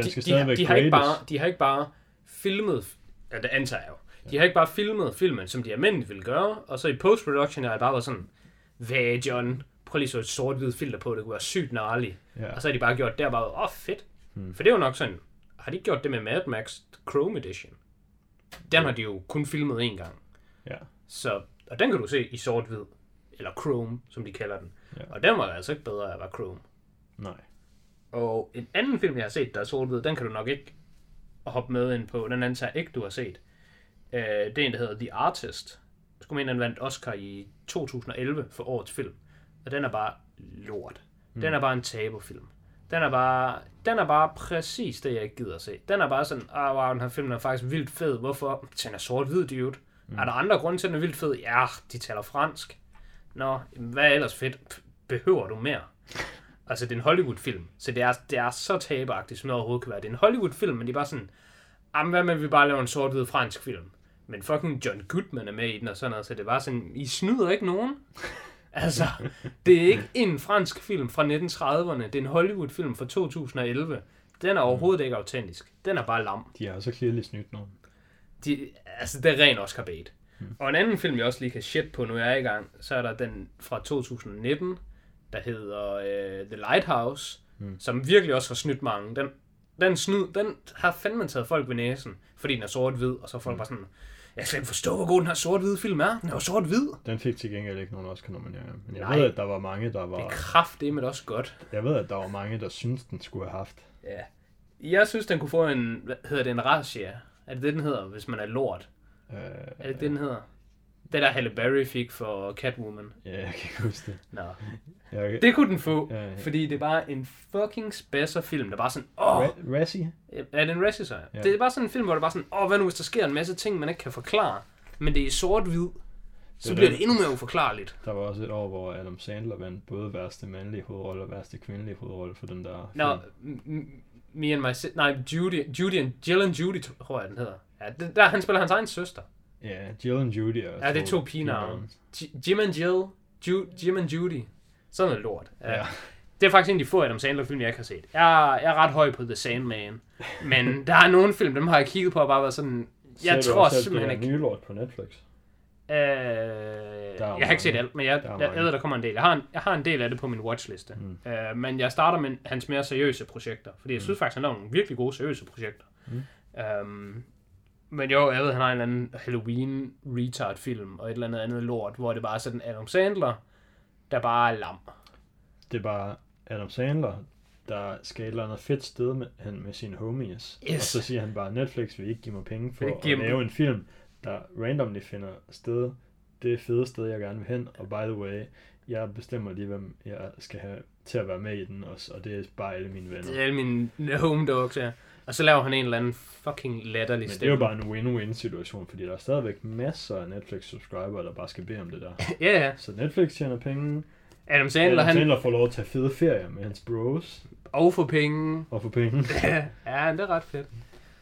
de har ikke bare filmet, ja, det antager jeg jo. De har ikke bare filmet filmen, som de almindeligt ville gøre, og så i post-production har det bare været sådan, hvad John, prøv lige så et sort-hvid filter på, det kunne være sygt gnarligt. Ja. Og så har de bare gjort det, og bare, fedt. For det er jo nok sådan, har de ikke gjort det med Mad Max Chrome Edition? Den har de jo kun filmet én gang. Ja. Så, og den kan du se i sort-hvid, eller Chrome, som de kalder den. Ja. Og den var altså ikke bedre at være Chrome. Nej. Og en anden film, jeg har set, der er sort-hvid, den kan du nok ikke hoppe med ind på. Den antager ikke, du har set. Det er en, der hedder The Artist. Jeg skulle mene, den vandt Oscar i 2011 for årets film. Og den er bare lort. Den er bare en tabufilm. Den er bare præcis det, jeg ikke gider at se. Den er bare sådan, wow, den her film er faktisk vildt fed. Hvorfor? Den er sort-hvid, dude. Er der andre grunde til, at den er vildt fed? Ja, de taler fransk. Nå, hvad er ellers fedt? Behøver du mere? Altså, det er en Hollywood-film, så det er så taberagtigt, som det overhovedet kan være. Det er en Hollywood-film, men de er bare sådan, hvad med, vi bare laver en sort-hvid fransk film? Men fucking John Goodman er med i den og sådan noget, så det var sådan, I snyder ikke nogen. Altså, det er ikke en fransk film fra 1930'erne, det er en Hollywood-film fra 2011. Den er overhovedet ikke autentisk. Den er bare lam. De har også clearly snydt nogen. Altså, det er ren Oscar bait. Og en anden film, jeg også lige kan shit på, nu jeg er i gang, så er der den fra 2019, der hedder The Lighthouse, som virkelig også har snydt mange. Den har fandme taget folk ved næsen, fordi den er sort-hvid, og så er folk bare sådan, jeg kan ikke forstå, hvor god den her sort-hvide film er. Den er jo sort-hvid. Den fik til gengæld ikke nogen Oscar-nomineringer. Men jeg ved, at der var mange, der var... Det er kraftedeme også godt. Jeg ved, at der var mange, der syntes, den skulle have haft. Ja. Jeg synes, den kunne få en... Hvad hedder det? En razzia? Er det den hedder, hvis man er lort? Er det den hedder? Det der Halle Berry fik for Catwoman. Ja, jeg kan ikke huske det. Nå. Det kunne den få, fordi det er bare en fucking spasser film, der bare sådan, Razzie? Ja, det er en Razzie, så. Ja. Det er bare sådan en film, hvor det bare sådan, hvad nu hvis der sker en masse ting, man ikke kan forklare, men det er sort-hvid, så bliver det endnu mere uforklarligt. Der var også et år, hvor Adam Sandler vandt både værste mandlige hovedrolle og værste kvindelige hovedrolle for den der film. Judy and Jill and Judy, tror jeg, den hedder. Ja, han spiller hans egen søster. Ja, Jill and Judy. Ja, det er to pigenavne. Jim and Jill, Jim and Judy. Sådan noget lort. Ja. Det er faktisk en af de få Adam Sandler-film, jeg ikke har set. Jeg er ret høj på The Sandman. Men der er nogle film, dem har jeg kigget på og bare været sådan... Jeg tror simpelthen ikke... Ser du også nye lort på Netflix? Jeg har ikke set alt, men jeg ved, der kommer en del. Jeg har en del af det på min watchliste. Men jeg starter med hans mere seriøse projekter. Fordi jeg synes faktisk, han laver nogle virkelig gode seriøse projekter. Men jo, jeg ved, han har en eller anden Halloween retard film og et eller andet lort, hvor det bare er sådan Adam Sandler, der bare er lam. Det er bare Adam Sandler, der skal et eller andet fedt sted med sine homies. Yes. Og så siger han bare, Netflix vil ikke give mig penge for Giv at mig- lave en film, der randomly finder sted, det fede sted, jeg gerne vil hen. Og by the way, jeg bestemmer lige, hvem jeg skal have til at være med i den også, og det er bare alle mine venner. Det er alle mine home dogs, ja. Og så laver han en eller anden fucking latterlig Men det er stemme. jo bare en win-win situation, fordi der er stadigvæk masser af Netflix-subscriber, der bare skal bede om det der. Ja, ja. Så Netflix tjener penge. Adam Sandler, Adam Sandler får lov at tage fede ferier med hans bros og for penge. og få penge. Ja, det er ret fedt.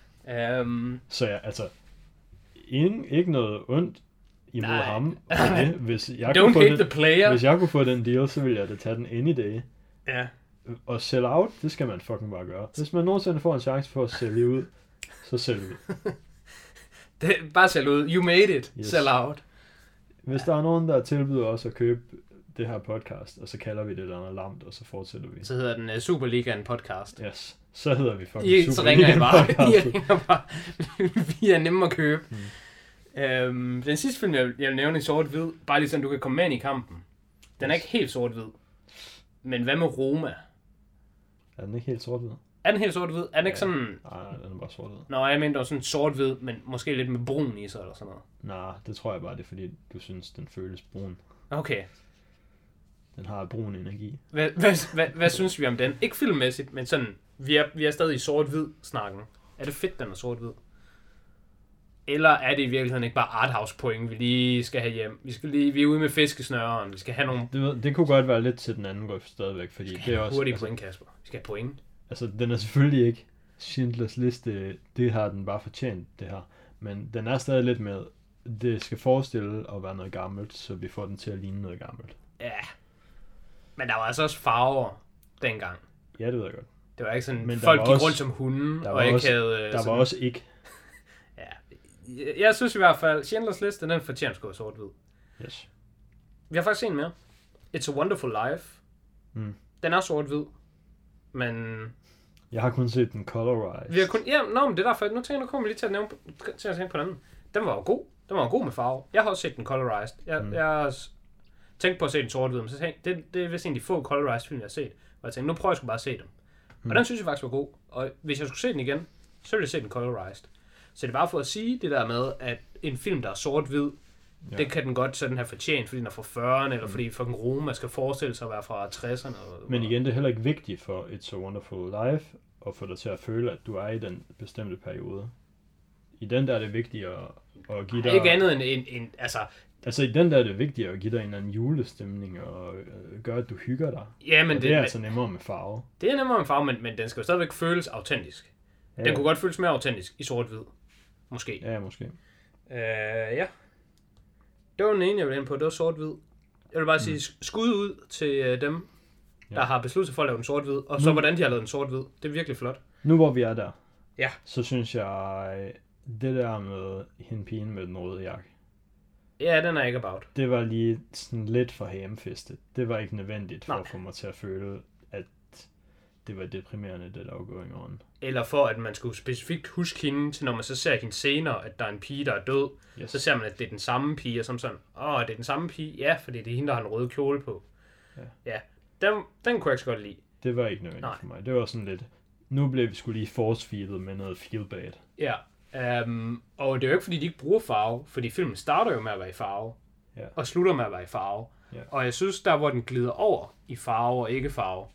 Så ja, altså, ikke noget ondt imod Nej. ham. Og det, hvis jeg Don't kunne få hate den, the player. hvis jeg kunne få den deal, så ville jeg da tage den any day. Ja. Og sell out, det skal man fucking bare gøre. Hvis man nogensinde får en chance for at sælge ud, så sælg ud. Det, bare sell ud. You made it. Yes. Sell out. Hvis der er nogen, der tilbyder os at købe det her podcast, og så kalder vi det et eller andet lamt, og så fortsætter vi. Så hedder den Superligaen podcast. Yes. Så hedder vi fucking Så ringer jeg bare. Superligaen-podcastet. I ringer bare. Vi er nemme at købe. Den sidste film, jeg vil nævne i sort-hvid, bare lige sådan, du kan komme med ind i kampen. Den er ikke helt sort-hvid. Men hvad med Roma? Er den ikke helt sort-hvid? Er den helt sort-hvid? Er den ikke sådan... Nej, den er bare sort-hvid. Nå, jeg mener, det var sådan sort-hvid, men måske lidt med brun i sig eller sådan noget. Nej, det tror jeg bare, det er fordi, du synes, den føles brun. Okay. Den har brun energi. Hvad synes vi om den? Ikke filmmæssigt, men sådan, vi er stadig i sort-hvid snakken. Er det fedt, den er sort-hvid? Eller er det i virkeligheden ikke bare arthouse point, vi lige skal have hjem? Vi er ude med fiskesnøren, vi skal have nogle Det kunne godt være lidt til den anden grøft stadigvæk, fordi det er også... hurtige point, Kasper. Vi skal have point. Altså, den er selvfølgelig ikke Schindlers liste, det har den bare fortjent, det her. Men den er stadig lidt med, det skal forestille at være noget gammelt, så vi får den til at ligne noget gammelt. Ja. Men der var altså også farver dengang. Ja, det ved jeg godt. Det var ikke sådan, Men folk der gik var også- rundt som hunde, der og var ikke også- havde... Der var også ikke. Ja. Jeg synes i hvert fald, Schindlers Liste, den fortjener sgu sort-hvid. Yes. Vi har faktisk en mere. It's a Wonderful Life. Mm. Den er sort-hvid. Men Jeg har kun set den colorized. vi har kun... Ja, men det er derfor, nu kommer vi lige til at nævne til at tænke på den anden. Den var jo god. Den var jo god med farve. Jeg har også set den colorized. Jeg tænkte på at se den sort-hvid, men så tænkte jeg, det er vist en af de få colorized film, jeg har set. Og jeg tænkte, nu prøver jeg sgu bare at se dem. Og den synes jeg faktisk var god. Og hvis jeg skulle se den igen, så ville jeg se den colorized. Så det er bare for at sige det der med, at en film, der er sort-hvid, det kan den godt sådan have fortjent, fordi den er fra 40'erne, eller fordi fucking Roma skal forestille sig at være fra 60'erne. Men igen, det er heller ikke vigtigt for It's a Wonderful Life at få dig til at føle, at du er i den bestemte periode. I den der er det vigtigt at give dig... Ikke andet end altså... Altså i den der er det vigtigt at give dig en eller anden julestemning og gøre, at du hygger dig. Ja, men og det er altså nemmere med farve. Det er nemmere med farve, men den skal jo stadigvæk føles autentisk. Ja. Den kunne godt føles mere autentisk i sort-hvid. Måske. Ja, måske. Ja. Det var den ene, jeg ville ind på. Det var sort-hvid. Jeg vil bare sige skud ud til dem, der har besluttet sig for at lave den sort-hvid. Og så hvordan de har lavet den sort-hvid. Det er virkelig flot. Nu hvor vi er der, Ja. så synes jeg, det der med hende pigen med den røde jakke, Ja, den er ikke about. det var lige sådan lidt for hamefestet. Det var ikke nødvendigt for Nej. at få mig til at føle, at det var deprimerende, det der var going on. Eller for, at man skulle specifikt huske hende, til når man så ser hende senere, at der er en pige, der er død. Yes. Så ser man, at det er den samme pige, og som sådan, det er den samme pige? Ja, fordi det er hende, der har en røde kjole på. Ja. Den kunne jeg ikke så godt lide. Det var ikke nødvendigt for mig. Det var sådan lidt, nu blev vi skulle lige force-feedet med noget feel bad. Ja. Og det er jo ikke, fordi de ikke bruger farve, fordi filmen starter jo med at være i farve, og slutter med at være i farve. Ja. Og jeg synes, der hvor den glider over i farve og ikke farve,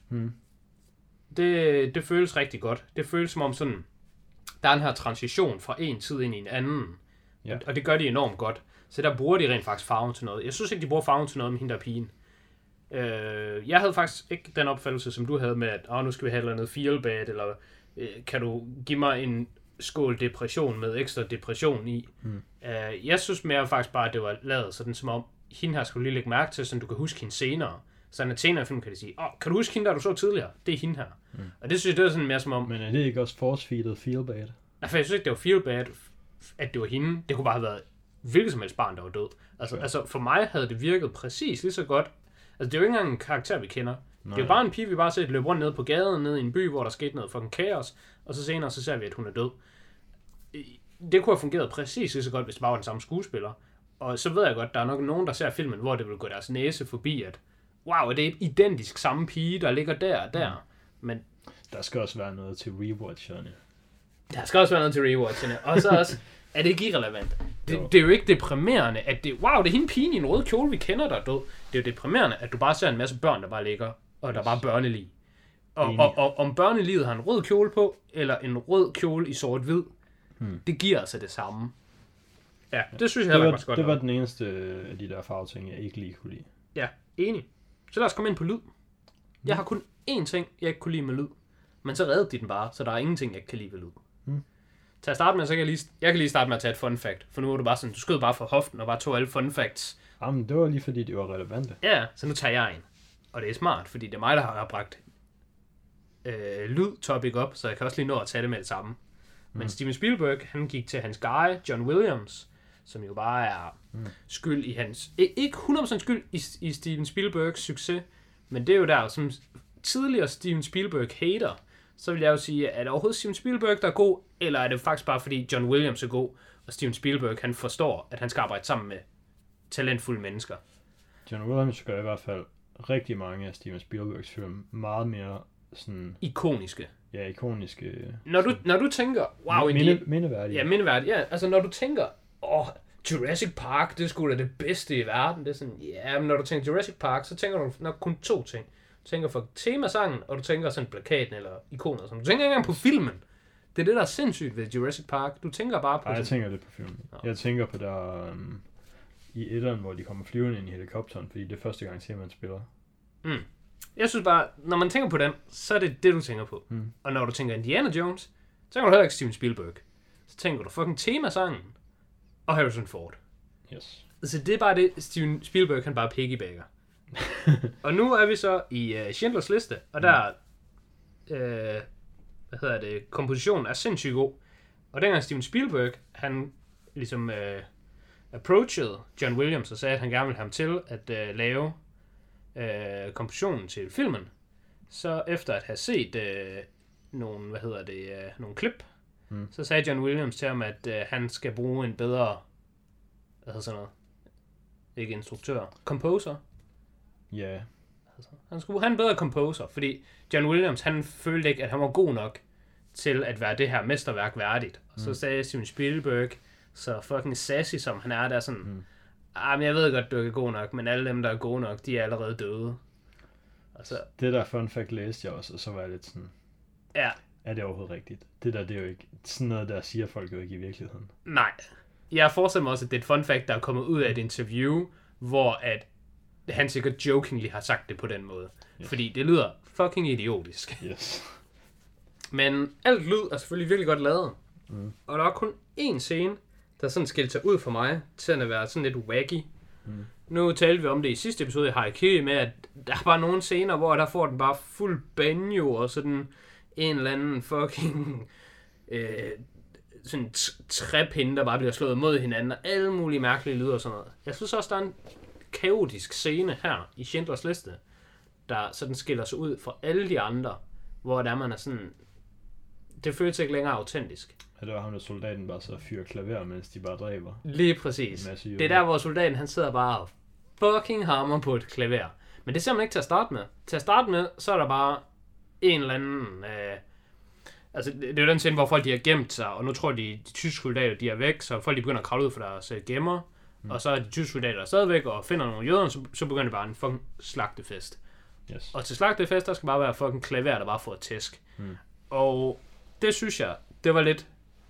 det føles rigtig godt. Det føles som om sådan, der er den her transition fra en tid ind i en anden. Ja. Og det gør de enormt godt. Så der bruger de rent faktisk farven til noget. Jeg synes ikke, de bruger farven til noget med hende der pigen. Jeg havde faktisk ikke den opfattelse, som du havde med, at nu skal vi have noget feel bad, eller kan du give mig en skål depression med ekstra depression i. Jeg synes mere faktisk bare, at det var lavet sådan som om, hende her skulle lige lægge mærke til, så du kan huske hende senere. Så at senere i filmen kan de sige, kan du huske hende, der du så tidligere? Det er hende her. Og det synes jeg, det er sådan mere som om... Men er det ikke også force-feedet feel bad? For jeg synes ikke, det var feel bad, at det var hende. Det kunne bare have været hvilket som helst barn, der var død. Altså for mig havde det virket præcis lige så godt. Altså det er jo ikke engang en karakter, vi kender. Nej. Det er jo bare en pige, vi bare ser løbe rundt nede på gaden, nede i en by, hvor der skete noget fucking kaos, og så senere så ser vi, at hun er død. Det kunne have fungeret præcis lige så godt, hvis det bare var den samme skuespiller. Og så ved jeg godt, der er nok nogen, der ser filmen, hvor det vil gå deres næse forbi, at wow, det er identisk samme pige, der ligger der og der. Men der skal også være noget til rewatcherne. Der skal også være noget til rewatcherne. Og så også, er det ikke irrelevant. Det er jo ikke deprimerende, at det, wow, det er hende pigen i en rød kjole, vi kender, der er død. Det er jo deprimerende, at du bare ser en masse børn, der bare ligger, og der er bare børnelig. Og om børnelivet har en rød kjole på, eller en rød kjole i sort-hvid, det giver altså det samme. Ja, det synes jeg heller også godt. Det var den eneste af de der farveting, jeg ikke lige kunne lide. Ja, enig. Så lad os komme ind på lyd. Jeg har kun én ting, jeg ikke kunne lide med lyd. Men så reddede de den bare, så der er ingenting, jeg ikke kan lide ved lyd. Til at starte med, så kan jeg lige starte med at tage et fun fact. For nu er du bare sådan, du skød bare fra hoften og bare tog alle fun facts. Jamen, det var lige fordi, de var relevante. Ja, så nu tager jeg en. Og det er smart, fordi det er mig, der har bragt lyd-topic op, så jeg kan også lige nå at tage det med det samme. Men Steven Spielberg, han gik til hans guy, John Williams, som jo bare er skyld i hans... Ikke 100% skyld i Steven Spielbergs succes, men det er jo der, som tidligere Steven Spielberg hater, så vil jeg jo sige, er det overhovedet Steven Spielberg, der er god, eller er det faktisk bare fordi John Williams er god, og Steven Spielberg, han forstår, at han skal arbejde sammen med talentfulde mennesker. John Williams gør i hvert fald rigtig mange af Steven Spielbergs film meget mere sådan... Ikoniske. Ja, ikoniske... Når du tænker, wow... Mindeværdige. Ja, mindeværdige, ja. Altså, når du tænker, Jurassic Park, det er sgu da det bedste i verden. Det er sådan, ja, men når du tænker Jurassic Park, så tænker du nok kun to ting. Du tænker for temasangen, og du tænker sådan plakaten eller ikoner. Du tænker ikke engang på filmen. Det er det, der er sindssygt ved Jurassic Park. Du tænker bare på... Nej, jeg tænker lidt på filmen. Ja. Jeg tænker på der i etteren, hvor de kommer flyvende ind i helikopteren, fordi det er første gang, man spiller. Jeg synes bare, når man tænker på den, så er det det, du tænker på. Og når du tænker Indiana Jones, så tænker du heller ikke Steven Spielberg. Så tænker du fucking temasangen og Harrison Ford. Yes. Så det er bare det, Steven Spielberg kan bare piggybacker. Og nu er vi så i Schindlers Liste, og der kompositionen er sindssygt god. Og dengang Steven Spielberg, han ligesom approachede John Williams og sagde, at han gerne ville have ham til at lave kompositionen til filmen, så efter at have set nogle klip, så sagde John Williams til ham, at han skal bruge en bedre, hvad hedder sådan noget, ikke instruktør, composer. Ja. Yeah. Han skulle have en bedre composer, fordi John Williams, han følte ikke, at han var god nok til at være det her mesterværk værdigt. Og så sagde Steven Spielberg, så fucking sassy som han er, der sådan, men jeg ved godt, du er ikke god nok, men alle dem, der er gode nok, de er allerede døde. Altså, det der fun fact læste jeg også, og så var jeg lidt sådan, ja. Er det overhovedet rigtigt? Det er jo ikke, sådan noget der siger folk jo ikke i virkeligheden. Nej. Jeg forestiller mig også, at det er et fun fact, der er kommet ud af et interview, hvor at han sikkert jokingly har sagt det på den måde. Yes. Fordi det lyder fucking idiotisk. Yes. Men alt lyd er selvfølgelig virkelig godt lavet. Og der er kun én scene, der sådan skilte sig ud for mig, til at være sådan lidt wacky. Nu talte vi om det i sidste episode i Harakiri med, at der er bare nogle scener, hvor der får den bare fuld banjo, og sådan en eller anden fucking sådan træpinde, der bare bliver slået mod hinanden, og alle mulige mærkelige lyder og sådan noget. Jeg synes også, der er en kaotisk scene her i Schindlers Liste, der sådan skiller sig ud fra alle de andre, hvor der man er sådan, det føles ikke længere autentisk. Ja, det var ham, der soldaten bare så fyrer klaver, mens de bare dræber. Lige præcis. Det er der, hvor soldaten, han sidder bare og fucking hammer på et klaver. Men det ser man ikke til at starte med. Til at starte med, så er der bare en eller anden... altså, det er jo den scene, hvor folk de har gemt sig, og nu tror de tyske soldater, de er væk, så folk de begynder at kravle ud fra deres gemmer, og så er de tyske soldater stadigvæk, og finder nogle jøder, så begynder det bare en fucking slagtefest. Yes. Og til slagtefest, der skal bare være fucking klaver, der bare får et tæsk. Og det synes jeg, det var lidt...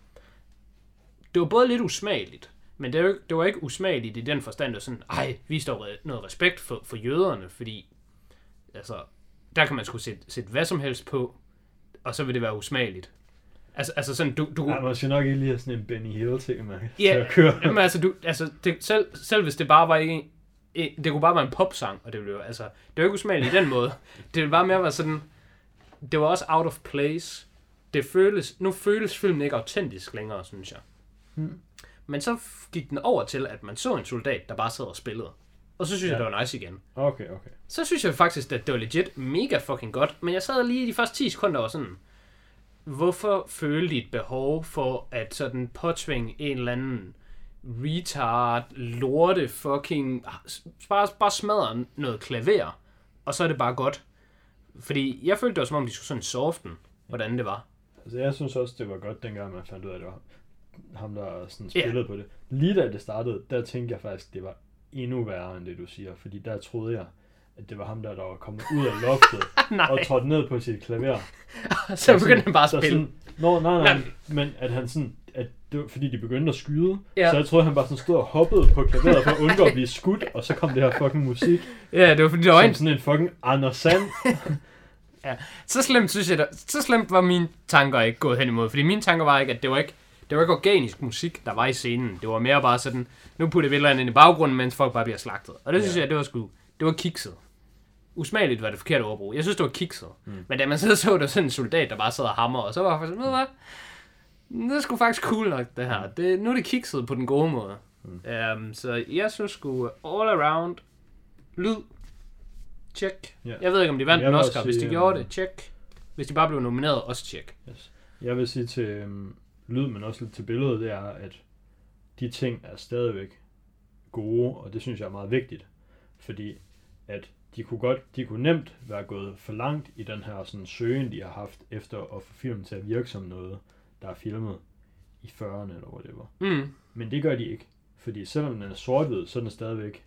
Det var både lidt usmageligt, men det var ikke usmageligt i den forstand, at sådan, vis dog noget respekt for jøderne, fordi altså, der kan man sgu sætte hvad som helst på, og så vil det være usmageligt. Altså sådan, du ja, man skal nok ikke lige have sådan en Benny Hill-ting, man til at køre. Jamen altså, selv hvis det bare var ikke... Det kunne bare være en popsang, og det ville jo, altså... Det var ikke usmageligt i den måde. Det ville bare mere være sådan... Det var også out of place. Nu føles filmen ikke autentisk længere, synes jeg. Men så gik den over til, at man så en soldat, der bare sad og spillede. Og så synes jeg, det var nice igen. Okay. Så synes jeg faktisk, at det var legit mega fucking godt. Men jeg sad lige i de første 10 sekunder og sådan... Hvorfor følte I et behov for at sådan påtvinge en eller anden retard, lorte, fucking... Bare smadre noget klaver og så er det bare godt. Fordi jeg følte det var som om, de skulle sådan soften, hvordan det var. Altså, jeg synes også, det var godt, dengang man fandt ud af, at det var ham, der sådan spillede på det. Lige da det startede, der tænkte jeg faktisk, det var endnu værre, end det du siger. Fordi der troede jeg, at det var ham, der var kommet ud af loftet og trådte ned på sit klaver. Så begyndte han bare at spille. Nej, men at han sådan, at det var, fordi de begyndte at skyde, så jeg troede, han bare sådan stod og hoppede på klaveret for at undgå at blive skudt, og så kom det her fucking musik. Ja, det var fordi, der var sådan en fucking Anders Sand. Ja, så slemt synes jeg, så slemt var mine tanker ikke gået hen imod, fordi mine tanker var ikke, at det var ikke organisk musik, der var i scenen. Det var mere bare sådan, nu putter vi et eller andet ind i baggrunden, mens folk bare bliver slagtet. Og det synes jeg, det var kikset. Usmageligt var det forkerte ordbrug. Jeg synes, det var kikset. Men da man så det var sådan en soldat, der bare sad og hammer, og så var jeg sådan, ved du hvad? Det er sgu faktisk cool nok, det her. Nu er det kikset på den gode måde. Så jeg synes sgu all around lyd. Check. Yeah. Jeg ved ikke, om de vandt en Oscar. Hvis de gjorde det, check. Hvis de bare blev nomineret, også check. Yes. Jeg vil sige til lyd, men også lidt til billedet, det er, at de ting er stadigvæk gode, og det synes jeg er meget vigtigt. Fordi at de kunne nemt være gået for langt i den her sådan søgen, de har haft efter at få filmen til at virke som noget, der er filmet i 40'erne eller whatever. Men det gør de ikke. Fordi selvom den er sort-hvid, så er den stadigvæk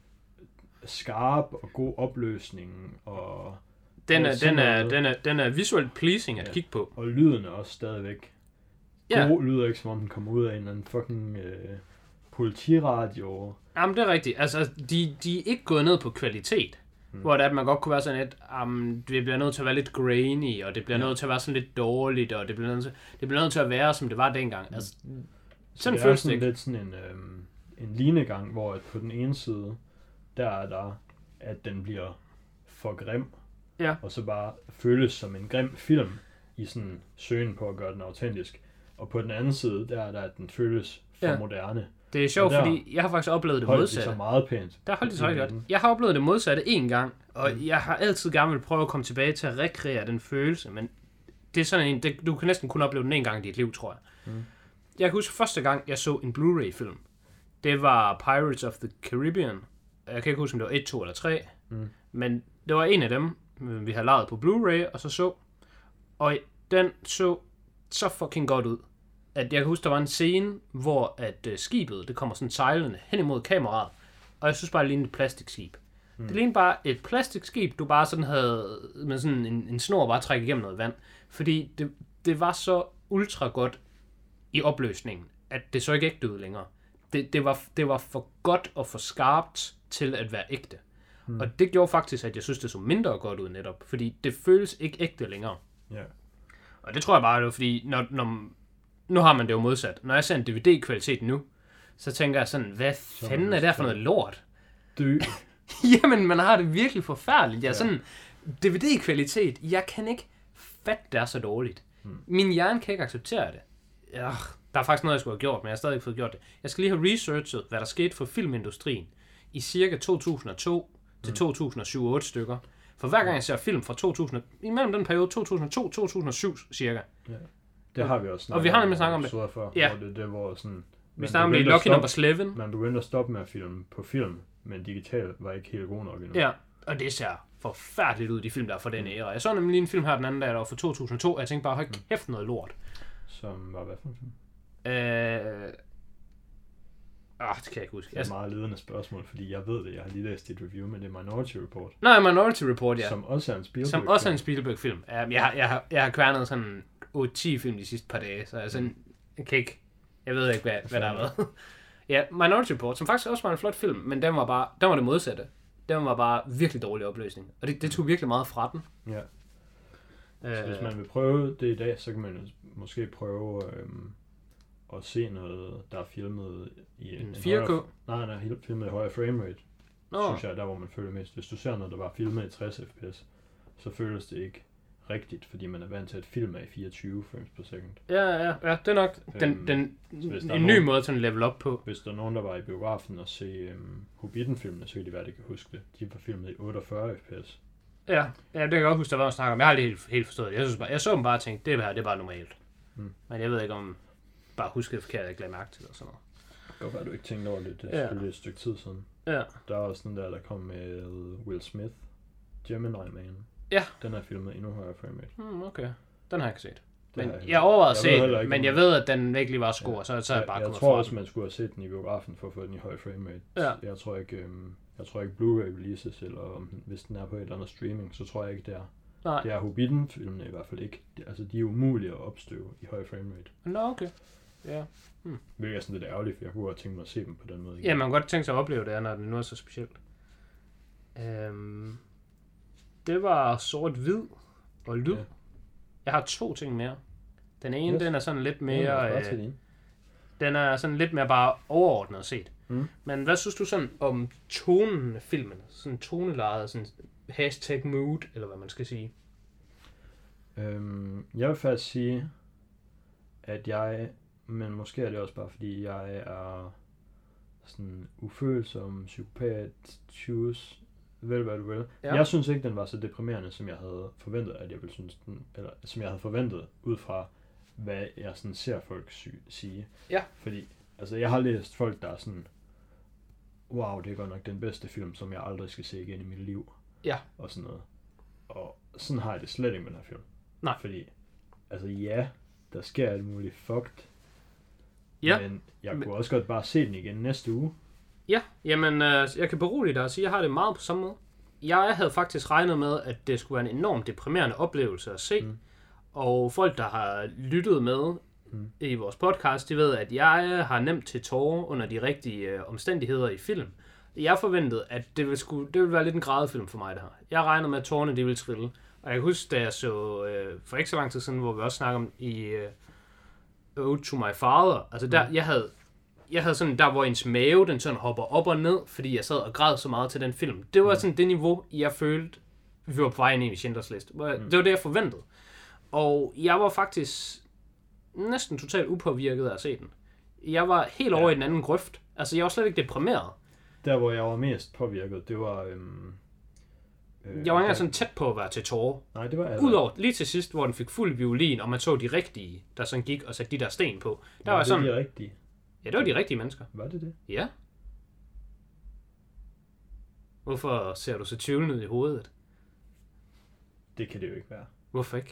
skarp og god opløsning, og den er visuelt pleasing at kigge på. Og lyden er også stadigvæk god. Lyder ikke som om den kommer ud af en eller anden fucking politiradio. Jamen det er rigtigt. Altså de er ikke gået ned på kvalitet. Hvor det er, at man godt kunne være sådan lidt, det bliver nødt til at være lidt grainy, og det bliver nødt til at være sådan lidt dårligt, og det bliver nødt til at være, som det var dengang. Altså, sådan føles det ikke. Det er sådan lidt sådan en linegang, hvor at på den ene side, der er der, at den bliver for grim, og så bare føles som en grim film i sådan søgen på at gøre den autentisk. Og på den anden side, der er der, at den føles for moderne. Det er sjovt, fordi jeg har faktisk oplevet det modsatte. Det så meget pænt. Der holdt det så rigtig godt. Jeg har oplevet det modsatte én gang, og jeg har altid gerne vil prøve at komme tilbage til at rekreere den følelse, men det er sådan en, du kan næsten kun opleve den en gang i dit liv, tror jeg. Jeg kan huske første gang, jeg så en Blu-ray-film. Det var Pirates of the Caribbean. Jeg kan ikke huske, om det var 1, 2 eller 3, men det var en af dem, vi havde lejet på Blu-ray, og så. Og den så fucking godt ud. At jeg kan huske, der var en scene, hvor at skibet, det kommer sådan sejlende hen imod kameraet, og jeg synes bare, det lignede et plastikskib. Det lignede bare et plastikskib, du bare sådan havde med sådan en snor bare trække igennem noget vand. Fordi det var så ultra godt i opløsningen, at det så ikke ægte ud længere. Det var for godt og for skarpt til at være ægte. Og det gjorde faktisk, at jeg synes, det så mindre godt ud netop, fordi det føles ikke ægte længere. Og det tror jeg bare, det var, fordi nu har man det jo modsat. Når jeg ser en DVD-kvalitet nu, så tænker jeg sådan, hvad fanden er der for noget lort? Jamen, man har det virkelig forfærdeligt. Jeg er sådan, DVD-kvalitet, jeg kan ikke fatte, det er så dårligt. Min hjerne kan ikke acceptere det. Der er faktisk noget, jeg skulle have gjort, men jeg har stadig ikke fået gjort det. Jeg skal lige have researchet, hvad der skete for filmindustrien i cirka 2002 til 2007-8 stykker. For hver gang jeg ser film fra 2000, imellem den periode 2002-2007 cirka. Det har vi også snakket om. Og vi har nemlig snakket om det. For, hvor sådan, vi snakker om det i Lucky Number 11. Man begyndte at stoppe med at filme på film, men digital var ikke helt god nok endnu. Ja, og det ser forfærdeligt ud, de film, der er fra den æra. Jeg så nemlig lige en film her den anden dag, der var fra 2002, og jeg tænkte bare, hold kæft noget lort. Som var hvad for en film? Det kan jeg ikke huske. Det er et meget ledende spørgsmål, fordi jeg ved det. Jeg har lige læst et review, men det er Minority Report. Nej, Minority Report, ja. Som også er en Spielberg-film. Jeg har kværnet sådan 8-10 film de sidste par dage, så jeg ved ikke, hvad der har været. Ja, Minority Report, som faktisk også var en flot film, men den var det modsatte. Den var bare virkelig dårlig opløsning. Og det tog virkelig meget fra den. Ja. Så hvis man vil prøve det i dag, så kan man måske prøve at se noget, der er filmet i en 4K? Nej, filmet i højere framerate. Synes jeg, der hvor man føler mest. Hvis du ser noget, der var filmet i 60 fps, så føles det ikke rigtigt, fordi man er vant til at filme i 24 frames per second. Ja, det er nok en ny måde til at level op på. Hvis der er nogen, der var i biografen og se Hobbiten-filmene, så kan de være, de kan huske det. De var filmet i 48 fps. Ja, det kan jeg godt huske, der var en snak om. Jeg har aldrig helt forstået det. Jeg så dem bare og tænkte, det her, det er bare normalt. Men jeg ved ikke, om bare huske det forkert, jeg ikke lagde mærke til det og sådan noget. Det kan godt være, du ikke tænkte over det. Det er selvfølgelig et stykke tid siden. Ja. Der er også den der kom med Will Smith, Gemini Man. Ja. Den er filmet endnu højere framerate. Okay. Den har jeg ikke set. Men Det jeg overvejede at jeg se ved heller den, ikke, men om- jeg ved, at den virkelig var stor, så er jeg bare Jeg kommet tror fra også, den. man skulle have set den i biografen for at få den i høj framerate. Ja. Jeg tror ikke Blu-ray releases, eller hvis den er på et eller andet streaming, så tror jeg ikke, det er. Nej. Det er Hobbiten-filmene i hvert fald ikke. Altså, de er umulige at opstøve i høj framerate. Nå, okay. Ja. Hvilket er sådan lidt ærgerligt, for jeg kunne godt tænke mig at se dem på den måde. Igen. Ja, man kan godt tænke sig at opleve det, når det nu er så specielt. Det var sort-hvid og lyd. Ja. Jeg har 2 ting mere. Den ene, Yes. den er sådan lidt Ja, mere... bare til din. den er sådan lidt mere bare overordnet set. Mm. Men hvad synes du sådan om tonen af filmen? Sådan tonelejet, sådan #mood, eller hvad man skal sige. Jeg vil faktisk sige, at men måske er det også bare fordi jeg er sådan ufølsom, psykopat, choose, vel hvad du vil. Ja. Jeg synes ikke, den var så deprimerende, som jeg havde forventet, at jeg ville synes den, eller som jeg havde forventet, ud fra hvad jeg sådan ser folk sige. Ja. Fordi, altså jeg har læst folk, der er sådan, wow, det er godt nok den bedste film, som jeg aldrig skal se igen i mit liv. Ja. Og sådan noget. Og sådan har jeg det slet ikke med den her film. Nej. Fordi, altså ja, der sker alt muligt fucked. Ja. Men jeg kunne også godt bare se den igen næste uge. Ja, jamen, jeg kan berolige dig og sige, at jeg har det meget på samme måde. Jeg havde faktisk regnet med, at det skulle være en enormt deprimerende oplevelse at se. Og folk, der har lyttet med i vores podcast, de ved, at jeg har nemt til tårer under de rigtige omstændigheder i film. Jeg forventede, at det ville være lidt en grædefilm for mig, det her. Jeg regnede med, at tårerne de ville trille. Og jeg kan huske, da jeg så for ikke så lang tid siden, hvor vi også snakkede om i Ode to My Father. Altså der, jeg havde sådan, der hvor ens mave, den sådan hopper op og ned, fordi jeg sad og græd så meget til den film. Det var sådan det niveau, jeg følte, vi var på vej ind i Schindlers Liste. Det var det, jeg forventede. Og jeg var faktisk næsten totalt upåvirket af at se den. Jeg var helt over i den anden grøft. Altså, jeg var slet ikke deprimeret. Der, hvor jeg var mest påvirket, det var... Jeg var ikke engang sådan tæt på at være til tårer. Nej, det var... Udover lige til sidst, hvor den fik fuld violin, og man så de rigtige, der sådan gik og satte de der sten på. Der var sådan... det de rigtige? Ja, det var de rigtige mennesker. Var det det? Ja. Hvorfor ser du så tvivlende ud i hovedet? Det kan det jo ikke være. Hvorfor ikke?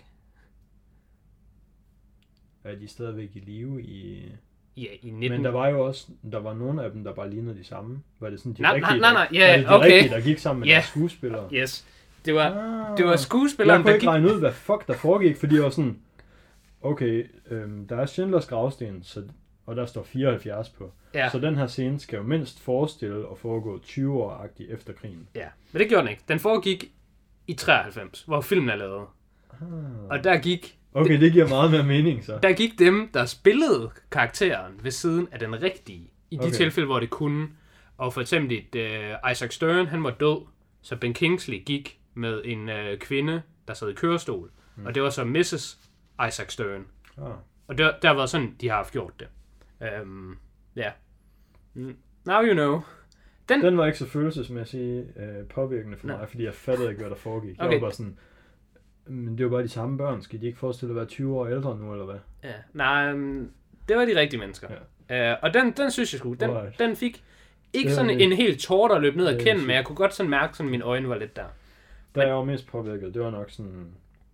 Er de stadigvæk i live i... Ja, i 19... Men der var jo også... Der var nogle af dem, der bare lignede de samme. Var det sådan de Nej, rigtige, nej, ja, var det de okay. rigtige, der gik sammen med deres skuespillere? Yes. Det var skuespilleren, Jeg kunne der ikke gik... regne ud, hvad fuck der foregik, fordi jeg var sådan... Okay, der er Schindlers gravsten, og der står 74 på. Ja. Så den her scene skal jo mindst forestille at foregå 20 år-agtigt efter krigen. Ja, men det gjorde den ikke. Den foregik i 93, hvor filmen er lavet. Og der gik... Okay, det giver meget mere mening så. Der gik dem, der spillede karakteren ved siden af den rigtige. I de tilfælde, hvor det kunne. Og for eksempel Isaac Stern, han var død. Så Ben Kingsley gik med en kvinde, der sad i kørestol. Og det var så Mrs. Isaac Stern. Og der var sådan, de har haft gjort det. Ja. Now you know. Den var ikke så følelsesmæssigt påvirkende for mig, fordi jeg fattede ikke, hvad der foregik. Jeg var bare sådan... Men det var bare de samme børn. Skal de ikke forestille at være 20 år ældre nu, eller hvad? Ja, nej, det var de rigtige mennesker. Ja. Og den synes jeg sgu, den fik ikke sådan en helt tår, der løb ned ad kinden, men jeg kunne godt sådan mærke, at mine øjne var lidt der. Der jeg var mest påvirket, det var nok sådan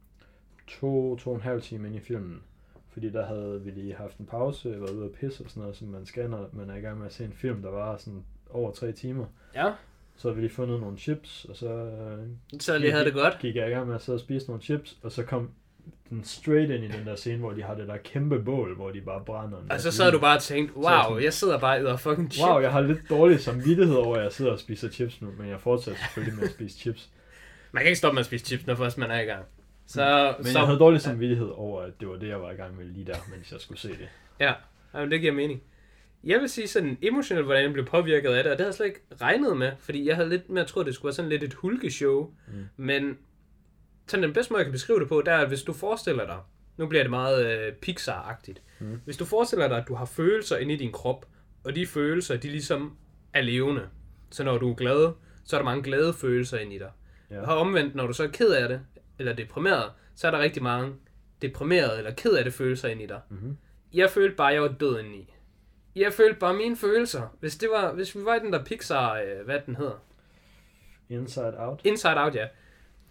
2,5 timer ind i filmen. Fordi der havde vi lige haft en pause, været ude at pisse og sådan noget, som man skal, når man er i gang med at se en film, der var sådan over 3 timer. Ja. Så havde vi lige fundet nogle chips, og så lige havde det godt. Gik jeg i gang med at sidde og spise nogle chips, og så kom den straight ind i den der scene, hvor de har det der kæmpe bål, hvor de bare brænder. Og så sad du bare og tænkte, wow, jeg sidder bare og æder fucking chips. Wow, jeg har lidt dårlig samvittighed over, at jeg sidder og spiser chips nu, men jeg fortsætter selvfølgelig med at spise chips. Man kan ikke stoppe med at spise chips, når først man er i gang. Men jeg havde dårlig samvittighed over, at det var det, jeg var i gang med lige der, mens jeg skulle se det. Ja, jamen, det giver mening. Jeg vil sige sådan emotionelt, hvordan jeg blev påvirket af det, og det havde jeg slet ikke regnet med, fordi jeg havde lidt mere troet, at det skulle være sådan lidt et hulkeshow. Men sådan den bedste måde, jeg kan beskrive det på, det er, at hvis du forestiller dig, nu bliver det meget Pixar-agtigt, hvis du forestiller dig, at du har følelser inde i din krop, og de følelser, de ligesom er levende. Så når du er glad, så er der mange glade følelser inde i dig. Ja. Og omvendt, når du så er ked af det, eller deprimeret, så er der rigtig mange deprimerede eller ked af det følelser inde i dig. Jeg følte bare, at jeg var død indeni. Jeg følte bare mine følelser. Hvis vi var i den der Pixar, hvad den hedder? Inside Out. Inside Out, ja.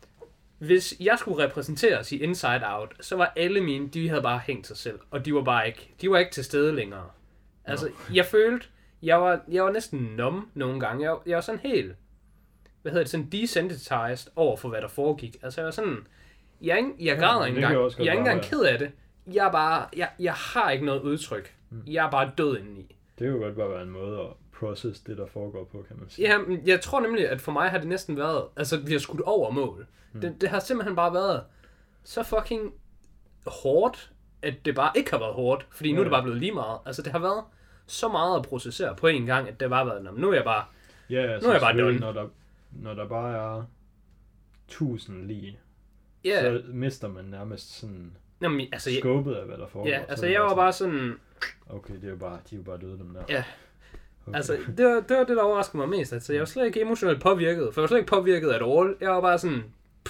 hvis jeg skulle repræsenteres i Inside Out, så var alle mine, de havde bare hængt sig selv, og de var ikke til stede længere. Altså, jeg følte, jeg var næsten numb nogle gange. Jeg var sådan helt, sådan desensitized over for, hvad der foregik. Altså, jeg var sådan, jeg græder ikke engang. Jeg er ikke engang ked af det. Jeg har ikke noget udtryk. Jeg er bare død indeni. Det kan jo godt bare være en måde at process det, der foregår på, kan man sige. Ja, jeg tror nemlig, at for mig har det næsten været, altså vi har skudt over mål. Det har simpelthen bare været så fucking hårdt, at det bare ikke har været hårdt, fordi nu er det bare blevet lige meget. Altså det har været så meget at processere på en gang, at det bare været, nu er jeg bare, nu er jeg bare done. Når der bare er 1000 lige, så mister man nærmest sådan skåbet af, hvad der foregår. Ja, altså jeg var bare sådan... Okay, de er jo bare døde, dem der. Ja. Okay. Altså, det var det, der overraskede mig mest. Altså, jeg var slet ikke emotionelt påvirket, for jeg var slet ikke påvirket af det all. Jeg var bare sådan...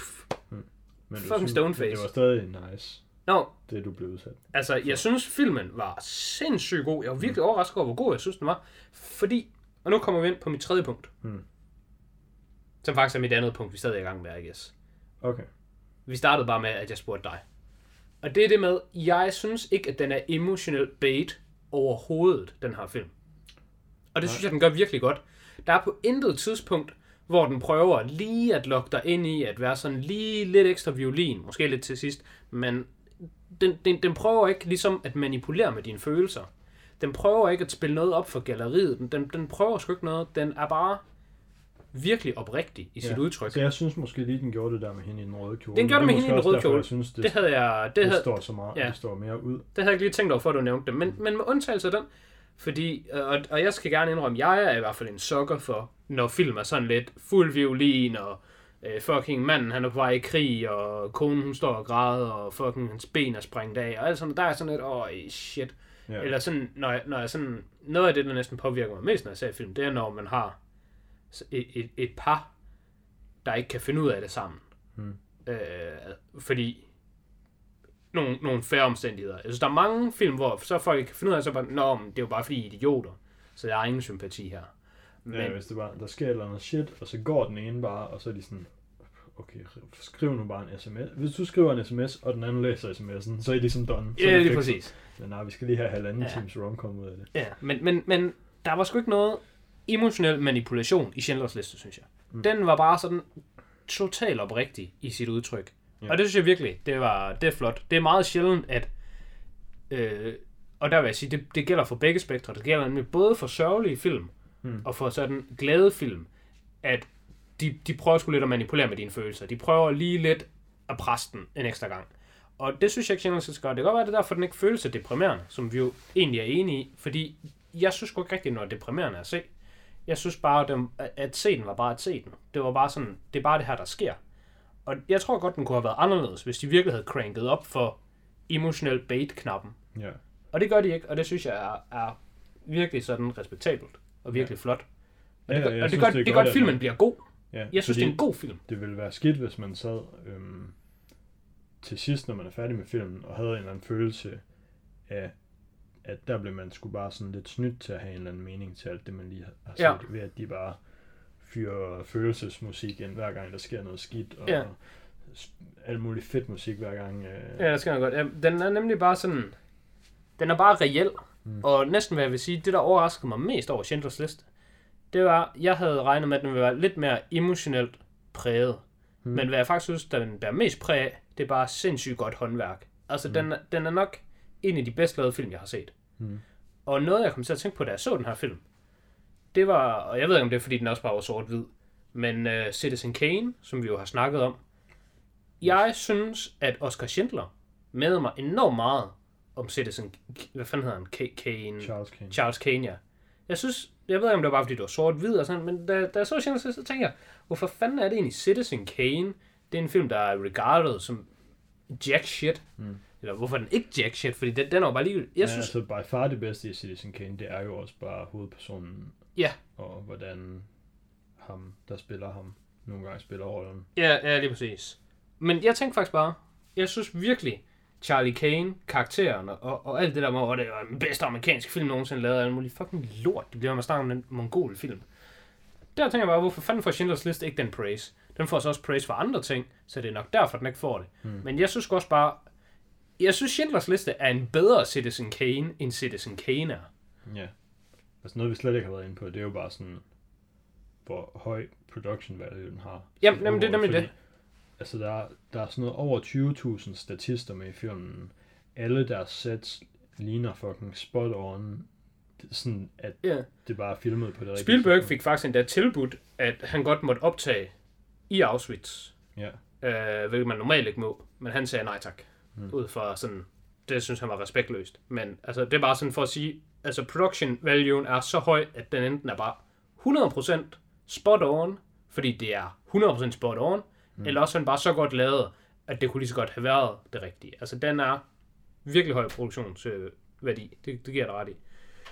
fucking stoneface. Det var stadig nice, det du blev udsat. Altså, jeg synes, filmen var sindssygt god. Jeg var virkelig overrasket over, hvor god jeg synes, den var. Fordi... Og nu kommer vi ind på mit tredje punkt. Som faktisk er mit andet punkt, vi stadig er i gang med, I guess. Okay. Vi startede bare med, at jeg spurgte dig. Og det er det med, jeg synes ikke, at den er emotionelt bait overhovedet, den her film. Og det synes jeg, den gør virkelig godt. Der er på intet tidspunkt, hvor den prøver lige at lokke dig ind i, at være sådan lige lidt ekstra violin, måske lidt til sidst, men den prøver ikke ligesom at manipulere med dine følelser. Den prøver ikke at spille noget op for galleriet. Den prøver sgu ikke noget. Den er bare virkelig oprigtig i sit udtryk. Så jeg synes måske lige, den gjorde det der med hende i den røde kjole. Den gjorde det med hende i den røde kjole. Jeg synes, det står så meget, det står mere ud. Det havde jeg ikke lige tænkt over, før du nævnte det. Men med undtagelse af den, fordi, og jeg skal gerne indrømme, jeg er i hvert fald en sukker for, når film er sådan lidt fuld violin, og fucking manden, han er på vej i krig, og konen, hun står og græder, og fucking hans ben er sprængt af, og alt sådan, der er sådan lidt, shit. Yeah. Eller sådan, når jeg sådan, noget af det, der næsten påvirker mig mest, når jeg ser film, det er, når man har et par, der ikke kan finde ud af det sammen. Fordi nogle færre omstændigheder. Jeg synes, der er mange film, hvor så folk ikke kan finde ud af, så bare, det er jo bare fordi idioter. Så jeg har ingen sympati her. Men hvis det bare, der sker et eller andet shit, og så går den ene bare, og så er de sådan, okay, skriv nu bare en sms. Hvis du skriver en sms, og den anden læser sms'en, så er I ligesom done. Ja, det er præcis. Men nej, vi skal lige have halvanden times romcom ud af det. Ja, men der var sgu ikke noget emotionel manipulation i Schindlers Liste, synes jeg. Den var bare sådan totalt oprigtig i sit udtryk. Ja. Og det synes jeg virkelig, det er flot. Det er meget sjældent, at og der vil jeg sige, det gælder for begge spektre. Det gælder nemlig både for sørgelige film og for sådan glade film, at de prøver sgu lidt at manipulere med dine følelser. De prøver lige lidt at presse den en ekstra gang. Og det synes jeg ikke, Schindlers Liste gør. Det kan godt være, det derfor, den ikke føles så deprimerende, som vi jo egentlig er enige i. Fordi jeg synes sgu ikke rigtigt, når det er deprimerende at se. Jeg synes bare, at se den var bare at se den. Det var bare sådan, det er bare det her, der sker. Og jeg tror godt, den kunne have været anderledes, hvis de virkelig havde cranket op for emotional bait-knappen. Ja. Og det gør de ikke, og det synes jeg er virkelig sådan respektabelt og virkelig flot. Og det gør, at filmen bliver god. Ja, jeg synes, det er en god film. Det ville være skidt, hvis man sad til sidst, når man er færdig med filmen, og havde en eller anden følelse af, at der blev man sgu bare sådan lidt snydt til at have en eller anden mening til alt det, man lige har set, ved at de bare fyrer følelsesmusik ind, hver gang der sker noget skidt, og alt muligt fedt musik hver gang. Ja, det skal jeg godt. Ja, den er nemlig bare sådan, den er bare reel, og næsten hvad jeg vil sige, det der overraskede mig mest over Schindlers Liste, det var, jeg havde regnet med, at den ville være lidt mere emotionelt præget, men hvad jeg faktisk synes, den bærer mest præg af, det er bare sindssygt godt håndværk. Altså, den er nok en af de bedst lavede film, jeg har set. Og noget, jeg kom til at tænke på, da jeg så den her film, det var, og jeg ved ikke, om det er, fordi den også bare var sort-hvid, men Citizen Kane, som vi jo har snakket om, jeg synes, at Oskar Schindler med mig enormt meget om Citizen, hvad fanden hedder han? Kane? Charles Kane, ja. Jeg ved ikke, om det var bare, fordi det var sort-hvid og sådan, men da jeg så Schindler, så tænker jeg, hvorfor fanden er det egentlig Citizen Kane? Det er en film, der er regarded som jack shit. Eller hvorfor den ikke jack shit, fordi den er jo bare lige... Jeg synes... altså by far det bedste i Citizen Kane, det er jo også bare hovedpersonen. Ja. Og hvordan ham, der spiller ham, nogle gange spiller rollen. Ja, lige præcis. Men jeg tænkte faktisk bare, jeg synes virkelig, Charlie Kane, karakteren og alt det der med, at det var den bedste amerikanske film nogensinde lavet, alt muligt fucking lort. De bliver med at snakke om den mongol film. Der tænker jeg bare, hvorfor fanden får Schindlers List ikke den praise? Det Den får så også praise for andre ting, så det er nok derfor, den ikke får det. Men jeg synes også bare, jeg synes Schindlers Liste er en bedre Citizen Kane, end Citizen Kane er. Ja. Altså noget, vi slet ikke har været inde på, det er jo bare sådan, hvor høj production value den har. Jamen det er nemlig det. Altså der er sådan noget over 20.000 statister med i filmen. Alle deres sets ligner fucking spot on. Sådan at det bare er filmet på det rigtige. Spielberg fik faktisk endda tilbudt, at han godt måtte optage i Auschwitz. Ja. Hvilket man normalt ikke må. Men han sagde nej tak. Ud fra sådan, det synes han var respektløst. Men altså, det er bare sådan for at sige, altså production valuen er så høj, at den enten er bare 100% spot on, fordi det er 100% spot on, eller også er den bare så godt lavet, at det kunne lige så godt have været det rigtige. Altså den er virkelig høj produktionsværdi. Det giver jeg dig ret i.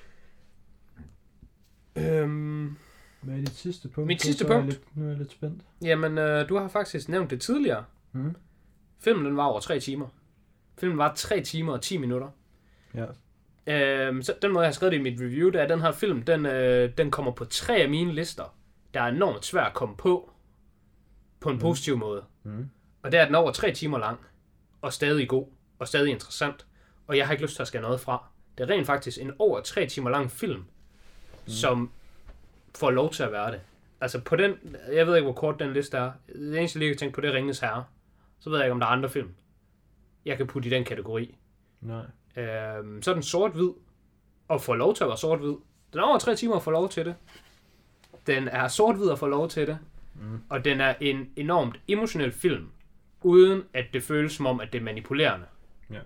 Hvad er dit sidste punkt? Mit sidste punkt? Nu er jeg lidt spændt. Jamen, du har faktisk nævnt det tidligere. Filmen den var over 3 timer. Filmen var 3 timer og 10 minutter. Ja. Så den måde, jeg har skrevet det i mit review, det er, at den her film, den kommer på 3 af mine lister, der er enormt svært at komme på en positiv måde. Og det er, den over 3 timer lang, og stadig god, og stadig interessant, og jeg har ikke lyst til at skære noget fra. Det er rent faktisk en over 3 timer lang film, som får lov til at være det. Altså på den, jeg ved ikke, hvor kort den liste er. Det eneste, jeg lige kan tænke på, det er Ringenes Herre. Så ved jeg ikke, om der er andre film, jeg kan putte i den kategori. Nej. Så er den sort-hvid, og får lov til at være sort-hvid. Den er over 3 timer og får lov til det. Den er sort-hvid og får lov til det. Og den er en enormt emotionel film, uden at det føles som om, at det er manipulerende. Ja.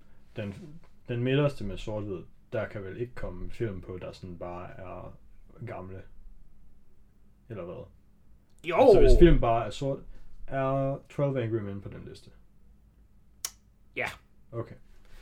Den midterste med sort-hvid, der kan vel ikke komme film på, der sådan bare er gamle. Eller hvad? Jo! Altså hvis film bare er sort, er 12 Angry Men på den liste? Ja. Okay.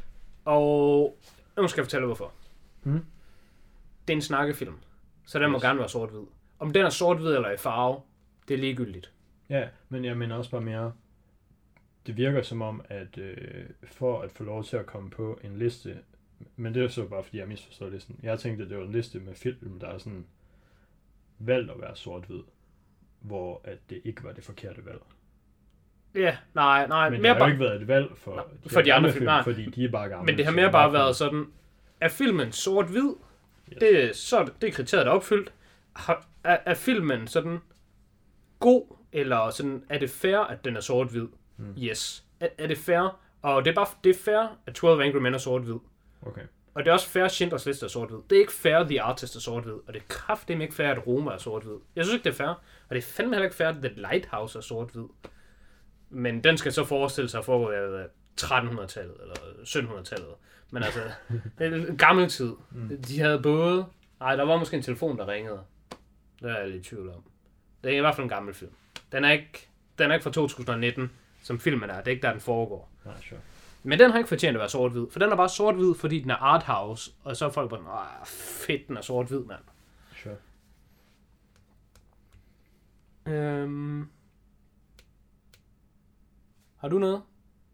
Og nu skal jeg fortælle hvorfor. Det er en snakkefilm, så den må gerne være sort-hvid. Om den er sort-hvid eller i farve, det er ligegyldigt. Ja, men jeg mener også bare mere, det virker som om, at for at få lov til at komme på en liste, men det er så bare fordi jeg misforstår listen. Jeg tænkte, at det var en liste med film, der er sådan valgt at være sort-hvid, hvor at det ikke var det forkerte valg. Ja, nej. Men det har jo ikke været et valg for de andre film, fordi de er bare gamle. Men det har mere bare været sådan, er filmen sort-hvid? Yes. Det er kriteriet, der er opfyldt. Er filmen sådan god, eller sådan, er det fair, at den er sort-hvid? Yes. Er det fair? Og det er fair, at 12 Angry Men er sort-hvid. Okay. Og det er også fair, at Schindlers Liste er sort-hvid. Det er ikke fair, The Artist er sort-hvid. Og det er kraftedeme ikke fair, at Roma er sort-hvid. Jeg synes ikke, det er fair. Og det er fandme heller ikke fair, at The Lighthouse er sort-hvid. Men den skal så forestille sig for at være 1300-tallet, eller 1700-tallet. Men altså, det er gammel tid. De havde både... Nej, der var måske en telefon, der ringede. Det er jeg lidt i tvivl om. Det er i hvert fald en gammel film. Den er ikke fra 2019, som filmen er. Det er ikke der, den foregår. Nej, sure. Men den har ikke fortjent at være sort-hvid. For den er bare sort-hvid, fordi den er arthouse. Og så er folk bare, fedt, den er sort-hvid, mand. Sure. Har du noget?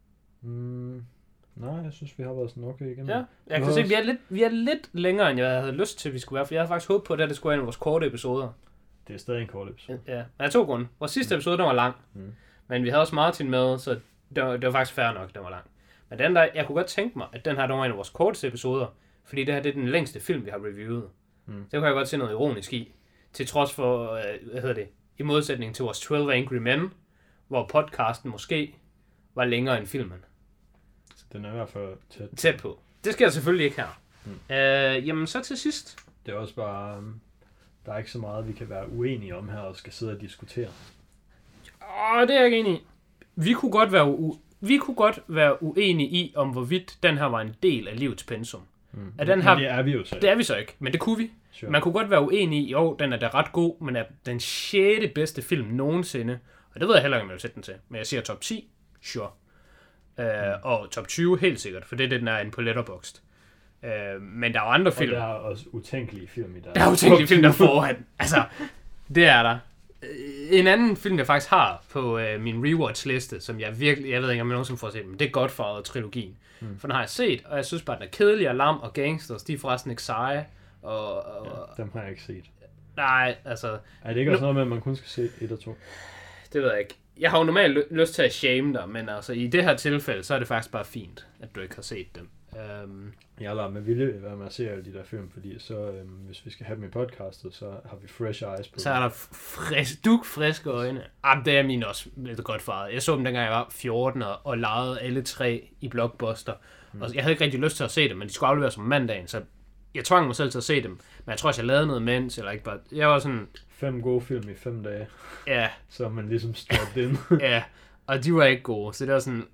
Nej, jeg synes, vi har været sådan okay igennem. Ja, jeg kan se, vi er lidt længere, end jeg havde lyst til, vi skulle være. For jeg havde faktisk håbet på, at det skulle være en af vores korte episoder. Det er stadig en kort episode. Ja, af 2 grunde. Vores sidste episode, den var lang. Men vi havde også Martin med, så det var faktisk fair nok, den var lang. Men den der, jeg kunne godt tænke mig, at den her, der var en af vores korteste episoder. Fordi det her, det er den længste film, vi har reviewet. Det kan jeg godt se noget ironisk i. Til trods for, i modsætning til vores 12 Angry Men, hvor podcasten måske var længere end filmen. Den er i hvert fald tæt på. Det skal jeg selvfølgelig ikke her. Jamen så til sidst. Det er også bare, der er ikke så meget, vi kan være uenige om her og skal sidde og diskutere. Det er jeg ikke enig i. Vi kunne godt være uenige i, om hvorvidt den her var en del af livets pensum. Den her, det er vi jo så. Det er vi så ikke, men det kunne vi. Sure. Man kunne godt være uenig i, den er da ret god, men er den 6. bedste film nogensinde. Og det ved jeg heller ikke, om jeg vil sætte den til. Men jeg siger top 10, sure. Og top 20 helt sikkert, for det er det, den er inde på Letterboxd. Men der er jo andre film. Og der er også utænkelige film i der. Der er utænkelige film der foran. Altså, det er der. En anden film, jeg faktisk har på min rewatch-liste, som jeg ved ikke, om jeg nogensinde får set, men det er Godfather-trilogien. For den har jeg set, og jeg synes bare, den er kedelig og lam og gangsters, de er forresten ikke seje. Dem har jeg ikke set. Nej, altså... Er det ikke også noget med, at man kun skal se 1 og 2? det ved jeg ikke. Jeg har jo normalt lyst til at shame dig, men altså i det her tilfælde, så er det faktisk bare fint, at du ikke har set dem. Jeg lader med vilje være med at se alle de der film, fordi så, hvis vi skal have dem i podcastet, så har vi fresh eyes på. Så er der friske øjne. Det er min også lidt godt faret. Jeg så dem dengang jeg var 14 og legede alle 3 i Blockbuster. Og jeg havde ikke rigtig lyst til at se dem, men de skulle afleveres som mandagen, så jeg tvang mig selv til at se dem. Men jeg tror også, jeg lavede noget mens, eller ikke bare... Jeg var sådan... 5 gode film i 5 dage. Ja. Så er man ligesom strapped ind. Ja, og de var ikke gode, så det var sådan...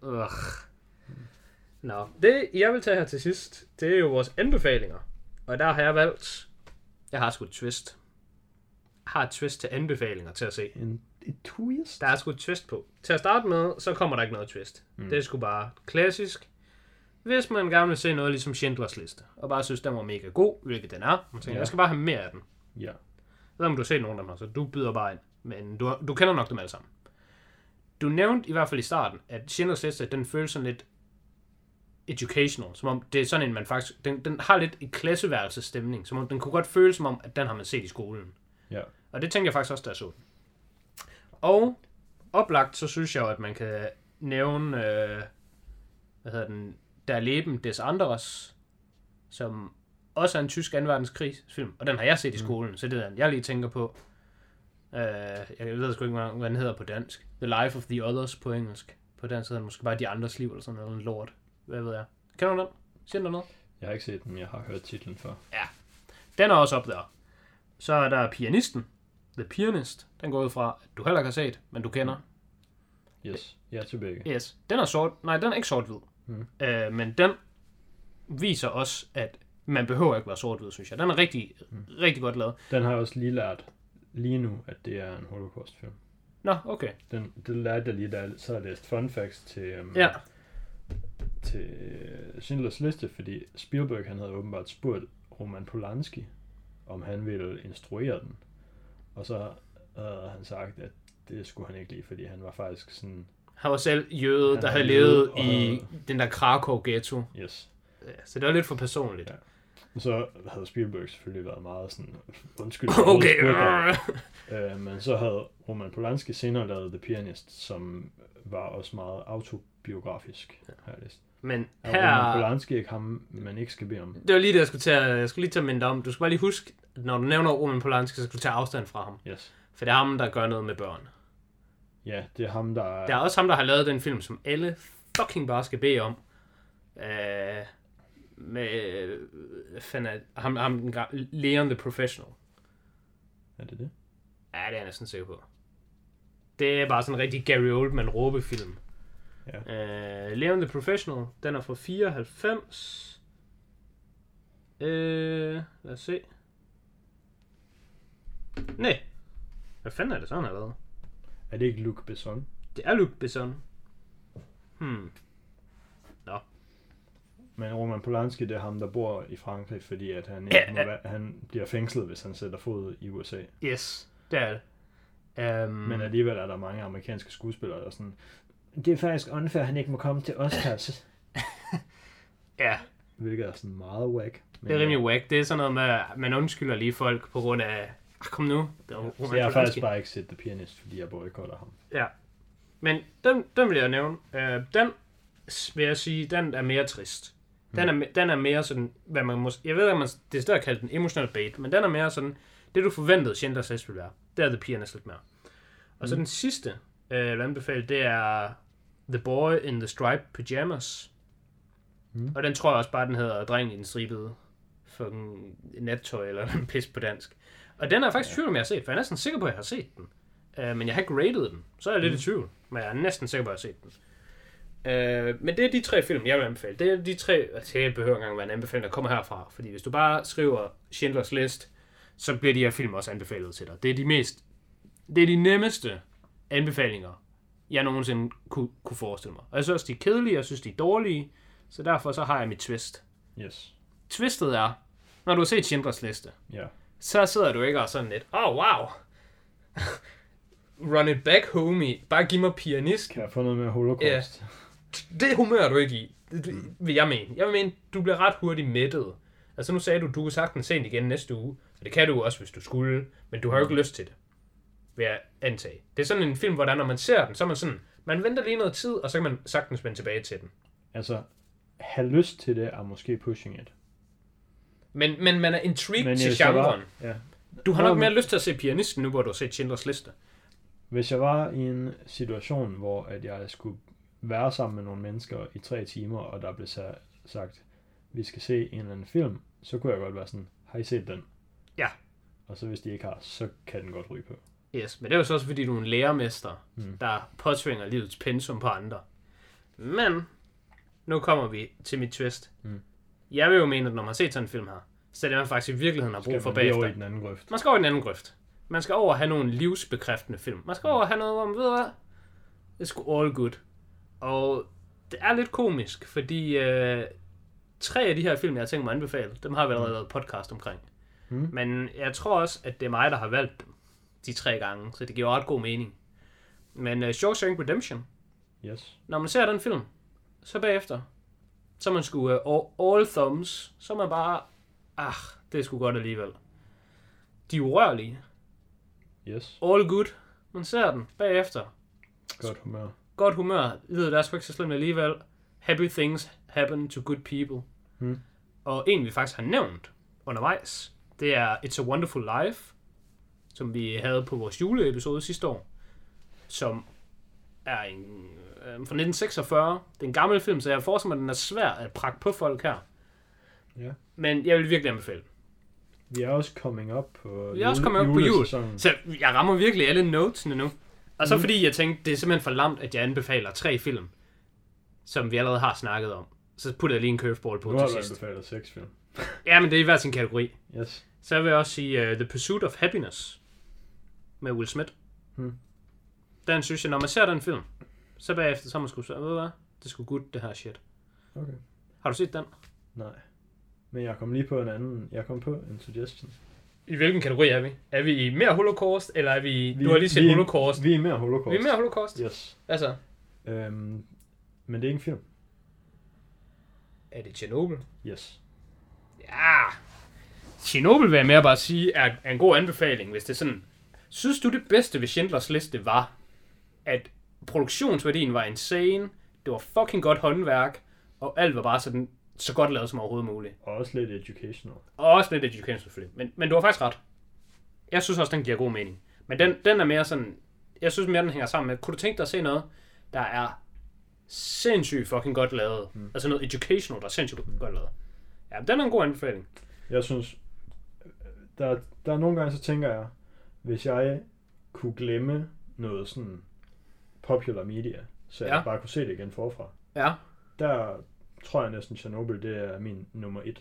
Nå, det jeg vil tage her til sidst, det er jo vores anbefalinger. Og der har jeg valgt... Jeg har sgu et twist. Jeg har et twist til anbefalinger til at se. Et twist? Der er sgu et twist på. Til at starte med, så kommer der ikke noget twist. Det er sgu bare klassisk. Hvis man gerne vil se noget ligesom Schindlers Liste, og bare synes, den var mega god, hvilket den er, man tænker, jeg skal bare have mere af den. Ja. Jeg ved om du har set nogle af dem, så du byder bare ind. Men du kender nok dem alle sammen. Du nævnte i hvert fald i starten, at Schindlers Liste, den føles sådan lidt educational, som om det er sådan en, man faktisk, den har lidt en klasseværelsesstemning, som om den kunne godt føles som om, at den har man set i skolen. Ja. Og det tænker jeg faktisk også, da jeg så den. Og oplagt, så synes jeg jo, at man kan nævne, Der Leben des Anderes, som også er en tysk 2. verdenskrigsfilm, og den har jeg set i skolen, så det er den, jeg lige tænker på. Jeg ved sgu ikke, hvad den hedder på dansk. The Life of the Others på engelsk. På dansk hedder den måske bare De Andres Liv, eller sådan noget lort. Hvad ved jeg? Kender du den? Siger du noget? Jeg har ikke set den, jeg har hørt titlen før. Ja, den er også op der. Så er der Pianisten, The Pianist. Den går ud fra, at du heller ikke har set, men du kender. Yes, jeg til begge. Yes, den er sort. Nej, den er ikke sort-hvid. Men den viser også, at man behøver ikke være sort-hvid, synes jeg. Den er rigtig, rigtig godt lavet. Den har jeg også lige lært lige nu, at det er en holocaust-film. Nå, okay. Det lærte jeg lige, da så har jeg læst fun facts til Schindlers Liste, fordi Spielberg han havde åbenbart spurgt Roman Polanski, om han ville instruere den. Og så havde han sagt, at det skulle han ikke lide, fordi han var faktisk sådan... Han var selv jøde, der havde levet i den der Krakow-ghetto. Yes. Ja, så det var lidt for personligt. Ja. Og så havde Spielberg selvfølgelig været meget sådan... Undskyld. Okay. Men så havde Roman Polanski senere lavet The Pianist, som var også meget autobiografisk, har jeg læst. Men her... Roman Polanski ikke ham, man ikke skal bede om. Det var lige det, jeg skulle lige til at minde dig om. Du skal bare lige huske, at når du nævner Roman Polanski, så skal du tage afstand fra ham. Yes. For det er ham, der gør noget med børn. Ja, det er ham, der... Der er også ham, der har lavet den film, som alle fucking bare skal bede om. Med... ham Leon the Professional. Er det det? Ja, det er jeg næsten sikker på. Det er bare sådan en rigtig Gary Oldman råbefilm. Ja. Leon the Professional, den er fra 94. Lad os se. Nej. Hvad fanden er det sådan, har været? Er det ikke Luc Besson? Det er Luc Besson. Nå. Men Roman Polanski, det er ham, der bor i Frankrig, fordi at han bliver fængslet, hvis han sætter fod i USA. Yes, det er det. Men alligevel er der mange amerikanske skuespillere, der sådan... Det er faktisk unfair, at han ikke må komme til Oscars. Ja. Hvilket er sådan meget whack. Det er rimelig whack. Det er sådan noget med, at man undskylder lige folk på grund af... Kom nu. Så jeg har faktisk bare ikke set The Pianist, fordi jeg boykotter ham. Ja. Men den vil jeg nævne. Den vil jeg sige, den er mere trist. Den er mere sådan, hvad man måske... Jeg ved, at man det er stadig kaldt en emotional bait, men den er mere sådan, det du forventede Schindlers Liste ville være. Det er The Pianist lidt mere. Og så den sidste, anbefaling, det er The Boy in the Striped Pyjamas. Og den tror jeg også bare, den hedder Drengen i den stribede fucking nattøj, eller en pis på dansk. Og den er jeg faktisk i tvivl, om jeg har set, for jeg er næsten sikker på, at jeg har set den. Men jeg har ikke rated den, så er jeg lidt i tvivl, men jeg er næsten sikker på, at jeg har set den. Men det er de 3 film, jeg vil anbefale. Det er de 3, altså jeg behøver engang være en anbefaling, der kommer herfra. Fordi hvis du bare skriver Schindlers List, så bliver de her film også anbefalet til dig. Det er de nemmeste anbefalinger, jeg nogensinde kunne forestille mig. Og jeg synes, de er kedelige, jeg synes, de er dårlige, så derfor så har jeg mit twist. Yes. Twistet er, når du har set Schindlers Liste, så sidder du ikke og sådan lidt, wow, run it back, homie, bare giv mig Pianist. Kan jeg få noget med holocaust? Ja. Det humør du ikke i, vil jeg mene. Jeg vil mene, du bliver ret hurtigt mættet. Altså nu sagde du kunne sagtens se den igen næste uge, og det kan du også, hvis du skulle, men du har jo ikke lyst til det. vil jeg antage. Det er sådan en film, hvor der, når man ser den, så er man sådan, man venter lige noget tid, og så kan man sagtens vende tilbage til den. Altså, have lyst til det er måske pushing it. Men man er intrigued til genren. Ja. Du har nok mere lyst til at se Pianisten nu, hvor du har set Schindlers Liste. Hvis jeg var i en situation, hvor at jeg skulle være sammen med nogle mennesker i 3 timer, og der blev sagt, vi skal se en eller anden film, så kunne jeg godt være sådan, har I set den? Ja. Og så hvis de ikke har, så kan den godt ryge på. Yes, men det er jo så også, fordi du er en lærermester, der påtvinger livets pensum på andre. Men, nu kommer vi til mit twist. Jeg vil jo mene, at når man har set sådan en film her, så er det man faktisk i virkeligheden har brug for bagefter. Over i den anden grøft. Man skal over i den anden grøft. Man skal over have nogle livsbekræftende film. Man skal over have noget, hvor man ved hvad, det er sgu all good. Og det er lidt komisk, fordi 3 af de her film, jeg har tænkt mig at anbefale, dem har vi allerede lavet podcast omkring. Men jeg tror også, at det er mig, der har valgt dem de 3 gange, så det giver ret god mening. Men Shawshank Redemption, yes. Når man ser den film, så bagefter, så man sgu all thumbs, så man bare, det er sgu godt alligevel. De er urørlige. Yes. All good. Man ser den bagefter. Godt humør. Godt humør. Livet der er sgu ikke så slemt alligevel. Happy things happen to good people. Og en vi faktisk har nævnt undervejs, det er It's a Wonderful Life, som vi havde på vores juleepisode sidste år, som er en fra 1946. Det er en gammel film, så jeg forestiller mig, at den er svær at prakke på folk her. Ja. Men jeg vil virkelig anbefale. Vi er også coming up på jul. Så jeg rammer virkelig alle notesene nu. Og så fordi jeg tænkte, det er simpelthen for lamt, at jeg anbefaler 3 film, som vi allerede har snakket om. Så putter jeg lige en curveball på til sidst. Nu har du anbefalet 6 film. Ja, men det er i hver sin kategori. Yes. Så vil jeg også sige The Pursuit of Happiness med Will Smith. Den synes jeg, når man ser den film, så bagefter så man sgu sige, ved du hvad, det er sgu godt det her shit. Okay. Har du set den? Nej. Men jeg kom lige på en anden. Jeg kom på en suggestion. I hvilken kategori er vi? Er vi i mere Holocaust, eller er vi du har lige set Holocaust. Vi er mere Holocaust. Vi er mere Holocaust? Yes. Altså? Men det er ikke en film. Er det Chernobyl? Yes. Ja. Chernobyl vil jeg mere bare sige, er en god anbefaling, hvis det er sådan. Synes du det bedste ved Schindlers Liste var, at produktionsværdien var insane, det var fucking godt håndværk, og alt var bare sådan, så godt lavet som overhovedet muligt. Og også lidt educational. Og også lidt educational selvfølgelig. Men du har faktisk ret. Jeg synes også, den giver god mening. Men den er mere sådan, jeg synes mere, den hænger sammen med, kunne du tænke dig at se noget, der er sindssygt fucking godt lavet. Altså noget educational, der er sindssygt godt lavet. Ja, den er en god anbefaling. Jeg synes, der er nogle gange, så tænker jeg, hvis jeg kunne glemme noget sådan popular media, så jeg bare kunne se det igen forfra. Ja. Der tror jeg næsten, Chernobyl, det er min nummer 1.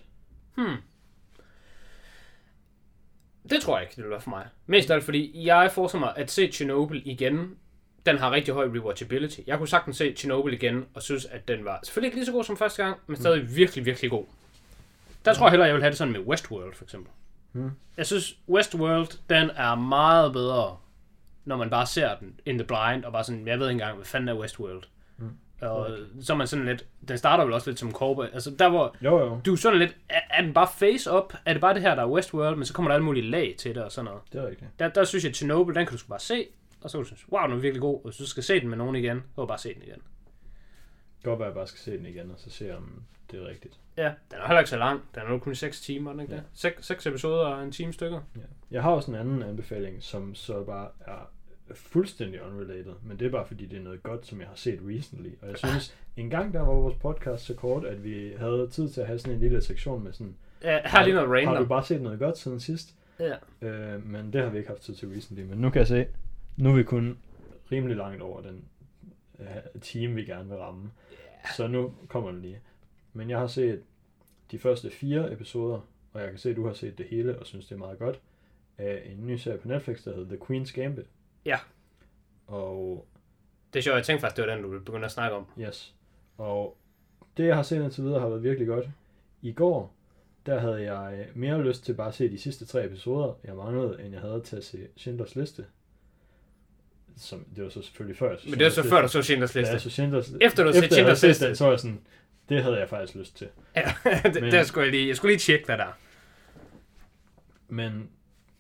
Det tror jeg ikke, det vil være for mig. Mest af alt, fordi jeg forestiller mig, at se Chernobyl igen, den har rigtig høj rewatchability. Jeg kunne sagtens se Chernobyl igen, og synes, at den var selvfølgelig ikke lige så god som første gang, men stadig virkelig, virkelig god. Der tror jeg hellere, jeg vil have det sådan med Westworld, for eksempel. Jeg synes, Westworld, den er meget bedre, når man bare ser den in the blind, og bare sådan, jeg ved ikke engang, hvad fanden er Westworld. Og så er man sådan lidt, den starter vel også lidt som cowboy, altså der hvor, du er sådan lidt, er den bare face up, er det bare det her, der er Westworld, men så kommer der alle mulige lag til det og sådan noget. Det er rigtigt. Der synes jeg, at Chernobyl, den kan du sgu bare se, og så kan du synes, wow, den er virkelig god, og hvis du skal se den med nogen igen, så bare se den igen. Det kan godt være, at jeg bare skal se den igen, og så se om det er rigtigt. Ja, den er heller ikke så lang, den er jo kun 6 timer, ikke det? 6 episoder og en time stykker. Ja. Jeg har også en anden anbefaling, som så bare er fuldstændig unrelated, men det er bare fordi, det er noget godt, som jeg har set recently. Og jeg synes, en gang der var vores podcast så kort, at vi havde tid til at have sådan en lille sektion med sådan, her lige noget random. Har du bare set noget godt siden sidst? Ja. Men det har vi ikke haft tid til recently. Men nu kan jeg se, nu er vi kun rimelig langt over den time, vi gerne vil ramme. Så nu kommer den lige. Men jeg har set de første 4 episoder, og jeg kan se, at du har set det hele, og synes, det er meget godt, af en ny serie på Netflix, der hedder The Queen's Gambit. Ja. Og det er sjovt, jeg tænkte faktisk, det var den, du ville begynde at snakke om. Yes. Og det, jeg har set indtil videre, har været virkelig godt. I går, der havde jeg mere lyst til bare at se de sidste 3 episoder, jeg manglede, end jeg havde til at se Schindlers Liste. Som, det var så selvfølgelig før jeg så. Men det var så før du så Schindlers Liste. Ja, så Schindlers, efter du havde set Schindlers Liste, så var jeg sådan, det havde jeg faktisk lyst til. Ja, det skulle jeg skulle lige tjekke, hvad der. Men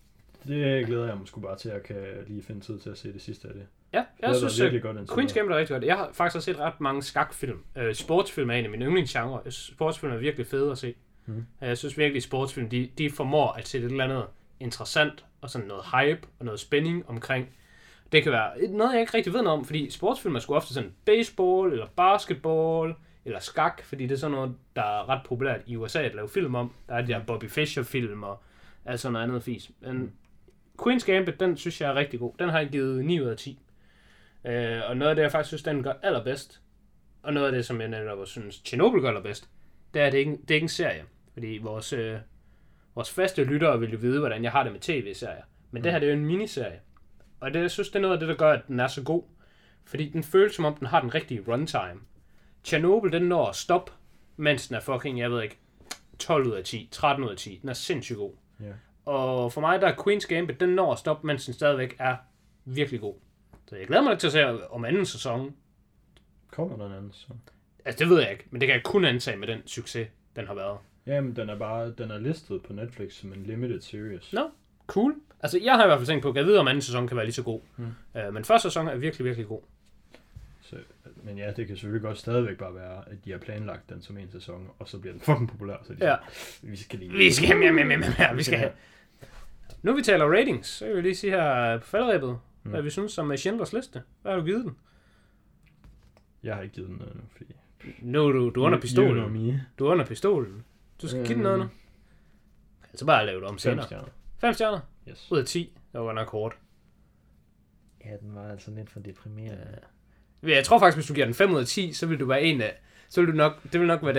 Det glæder jeg mig sgu bare til, at jeg kan lige finde tid til at se det sidste af det. Ja, jeg synes, virkelig godt Queen's Gambit er rigtig godt. Jeg har faktisk også set ret mange skakfilm. Sportsfilm er en af mine yndlingsgenre. Sportsfilm er virkelig fede at se. Jeg synes virkelig, at sportsfilm, de formår at sætte et eller andet interessant, og sådan noget hype og noget spænding omkring. Det kan være noget, jeg ikke rigtig ved noget om, fordi sportsfilm er sgu ofte sådan baseball, eller basketball, eller skak, fordi det er sådan noget, der er ret populært i USA at lave film om. Der er de der Bobby Fischer-film og alt sådan noget andet fis. Men Queen's Gambit, den synes jeg er rigtig god. Den har jeg givet 9 ud af 10. Og noget af det, jeg faktisk synes, den gør allerbedst, og noget af det, som jeg netop synes, Chernobyl gør allerbedst, det er, at det er ikke en serie. Fordi vores faste lyttere vil jo vide, hvordan jeg har det med tv-serier. Men det her, det er jo en miniserie. Og det, jeg synes, det er noget af det, der gør, at den er så god. Fordi den føles, som om den har den rigtige runtime. Chernobyl, den når at stoppe, mens den er fucking, jeg ved ikke, 12 ud af 10, 13 ud af 10. Den er sindssygt god. Yeah. Og for mig, der er Queen's Gambit, den når at stoppe, mens den stadigvæk er virkelig god. Så jeg glæder mig til at se om anden sæson. Kommer der en anden sæson? Altså, det ved jeg ikke, men det kan jeg kun antage med den succes, den har været. Jamen, den er listet på Netflix som en limited series. Nå, cool. Altså, jeg har i hvert fald tænkt på, at jeg ved, om anden sæson kan være lige så god. Men første sæson er virkelig, virkelig god. Så, men ja, det kan selvfølgelig godt stadigvæk bare være, at de har planlagt den som en sæson, og så bliver den fucking populær. Så de vi skal lige... Vi skal have vi skal have. Nu vi taler ratings, så vil jeg lige sige her på falderæbet, hvad vi synes om Schindlers Liste. Hvad har du givet den? Jeg har ikke givet den noget nu, fordi... Nu du er under pistolen. Du er under pistolen. Du skal give den noget nu. Altså bare lave det om senere. 5 stjerner. 5 stjerner? Yes. Ud af 10. Det var nok hårdt. Ja, den var altså lidt for deprimerende. Jeg tror faktisk, hvis du giver den 5 ud af 10, så vil du være en af... det vil nok være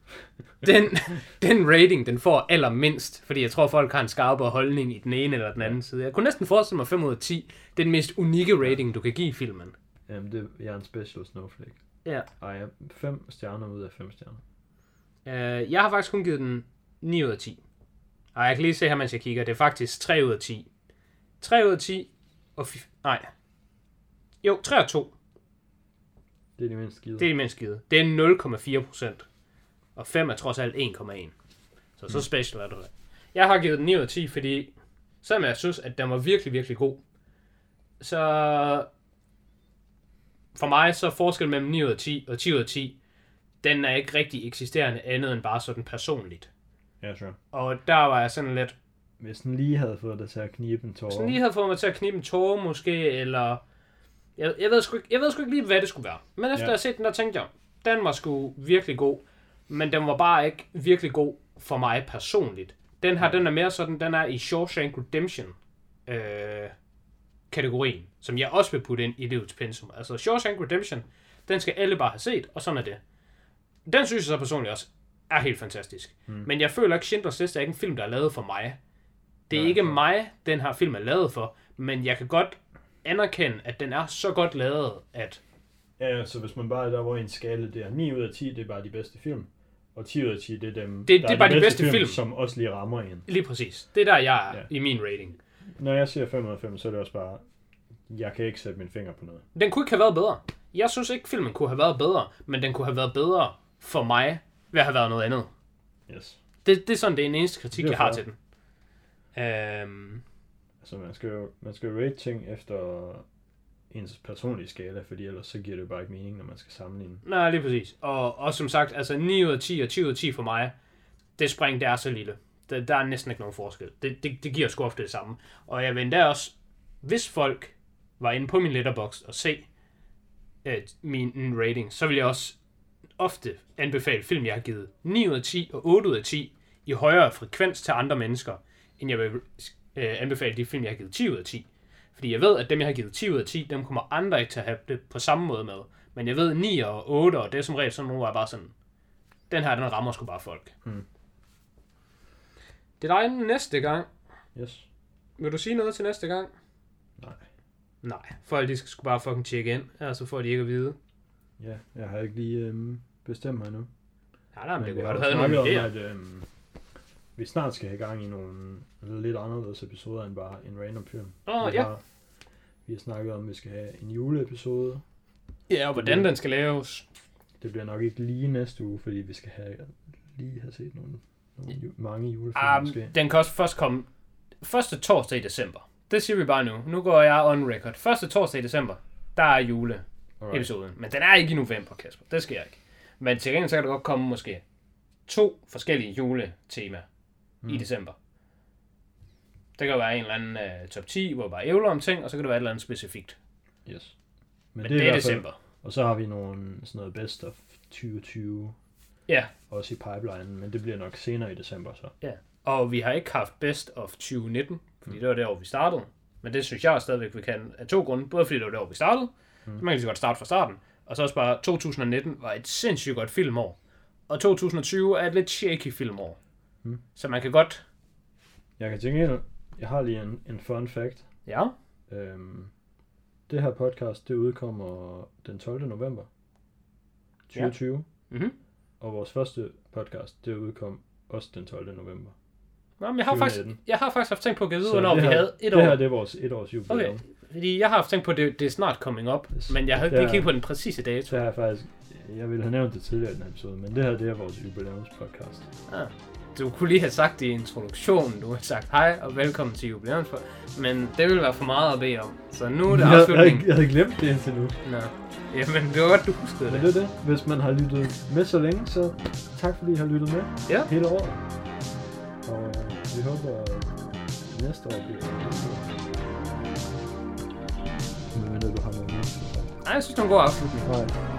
den rating, den får allermindst. Fordi jeg tror, folk har en skarpere holdning i den ene eller den anden side. Jeg kunne næsten forestille mig 5 ud af 10. Det er den mest unikke rating, du kan give filmen. Jamen, jeg er en special snowflake. Ja. Ej, 5 stjerner ud af 5 stjerner. Jeg har faktisk kun givet den 9 ud af 10. Og jeg kan lige se her, mens jeg kigger. Det er faktisk 3 ud af 10. 3 ud af 10 og... Nej. Jo, 3 og 2. Det er de mindst givet. Det er de mindst givet. Det er 0,4%. Og 5 er trods alt 1,1. Så special er det. Jeg har givet den 9 ud af 10, fordi selvom jeg synes, at den var virkelig, virkelig god, så for mig så er forskellen mellem 9 ud af 10 og 10 ud af 10, den er ikke rigtig eksisterende andet end bare sådan personligt. Ja, sure. Og der var jeg sådan lidt... Hvis den lige havde fået dig til at knibe en tåre. Hvis den lige havde fået mig til at knibe en tåre måske, eller... Jeg ved sgu ikke lige, hvad det skulle være. Men efter at have set den, der tænkte jeg, den var sgu virkelig god. Men den var bare ikke virkelig god for mig personligt. Den er mere sådan, den er i Shawshank Redemption kategorien, som jeg også vil putte ind i livets pensum. Altså Shawshank Redemption, den skal alle bare have set, og sådan er det. Den synes jeg så personligt også er helt fantastisk. Men jeg føler ikke, Schindlers Liste er ikke en film, der er lavet for mig. Det er ikke mig, den her film er lavet for, men jeg kan godt anerkende, at den er så godt lavet, at... Ja, så hvis man bare er der, hvor en skala der 9 ud af 10, det er bare de bedste film, og 10 ud af 10, det er dem, det er bare de bedste film, som også lige rammer en. Lige præcis. Det er der, jeg er i min rating. Når jeg siger 5 ud af 5, så er det også bare, jeg kan ikke sætte min finger på noget. Den kunne ikke have været bedre. Jeg synes ikke, filmen kunne have været bedre, men den kunne have været bedre for mig, ved at have været noget andet. Yes. Det er sådan, det er en eneste kritik, jeg har til den. Altså, man skal jo rate ting efter ens personlige skala, fordi ellers så giver det jo bare ikke mening, når man skal sammenligne. Nej, lige præcis. Og som sagt, altså 9 ud af 10 og 10 ud af 10 for mig, det spring, det er så lille. Der er næsten ikke nogen forskel. Det giver sgu ofte det samme. Og jeg vil endda også, hvis folk var inde på min Letterboxd og se min rating, så vil jeg også ofte anbefale film, jeg har givet 9 ud af 10 og 8 ud af 10 i højere frekvens til andre mennesker, end jeg vil anbefale de film, jeg har givet 10 ud af 10. Fordi jeg ved, at dem, jeg har givet 10 ud af 10, dem kommer andre ikke til at have det på samme måde med. Men jeg ved, 9 og 8, og det er som regel sådan nogle, hvor jeg bare sådan, den her, den rammer sgu bare folk. Det er dig næste gang. Yes. Vil du sige noget til næste gang? Nej. Folk, de skal sgu bare fucking tjekke ind, så får de ikke at vide. Ja, jeg har ikke lige bestemt mig endnu. Nej, men det kunne godt have været nogle idéer. At vi snart skal have gang i nogle lidt anderledes episoder end bare en random film. Vi har snakket om, at vi skal have en juleepisode. Ja, og hvordan den skal laves. Det bliver nok ikke lige næste uge, fordi vi skal lige have set nogle mange julefilm måske. Den kan også først komme første torsdag i december. Det siger vi bare nu. Nu går jeg on record. Første torsdag i december, der er juleepisoden. Men den er ikke i november, Kasper. Det skal jeg ikke. Men til gengæld så kan der godt komme måske 2 forskellige juletemaer i december. Det kan være en eller anden top 10, hvor bare ævler om ting, og så kan det være et eller andet specifikt. Yes. Men det er december. Og så har vi nogle sådan noget best of 2020. Ja. Også i pipelinen, men det bliver nok senere i december så. Ja. Og vi har ikke haft best of 2019, fordi det var det år, vi startede. Men det synes jeg stadigvæk, vi kan af 2 grunde. Både fordi det var det år, vi startede. Man kan lige så godt starte fra starten. Og så også bare, 2019 var et sindssygt godt filmår. Og 2020 er et lidt shaky filmår. Så man kan godt... Jeg kan tænke, jeg har lige en fun fact. Ja. Det her podcast, det udkommer den 12. november 2020. Ja. Mm-hmm. Og vores første podcast, det udkom også den 12. november. Nå, men jeg har faktisk haft tænkt på at give videre, når vi havde et år. Det her, det er vores 1-års jubilæum. Okay, fordi jeg har haft tænkt på, at det er snart coming up, men jeg har ikke kigget på den præcise dato. Det er faktisk, jeg ville have nævnt det tidligere i den episode, men det her, det er vores jubilæumspodcast. Ja. Du kunne lige have sagt det i introduktionen, du har sagt hej og velkommen til jubilæumspodcast, men det ville være for meget at bede om, så nu er det afslutningen. Jeg havde glemt det indtil nu. Nå. Jamen, det var godt, du huskede det. Men det er det. Hvis man har lyttet med så længe, så tak fordi I har lyttet med hele året. Og vi håber, at næste år bliver det. Men du har noget mere. Nej, jeg synes, det er en god afslutning. Nej.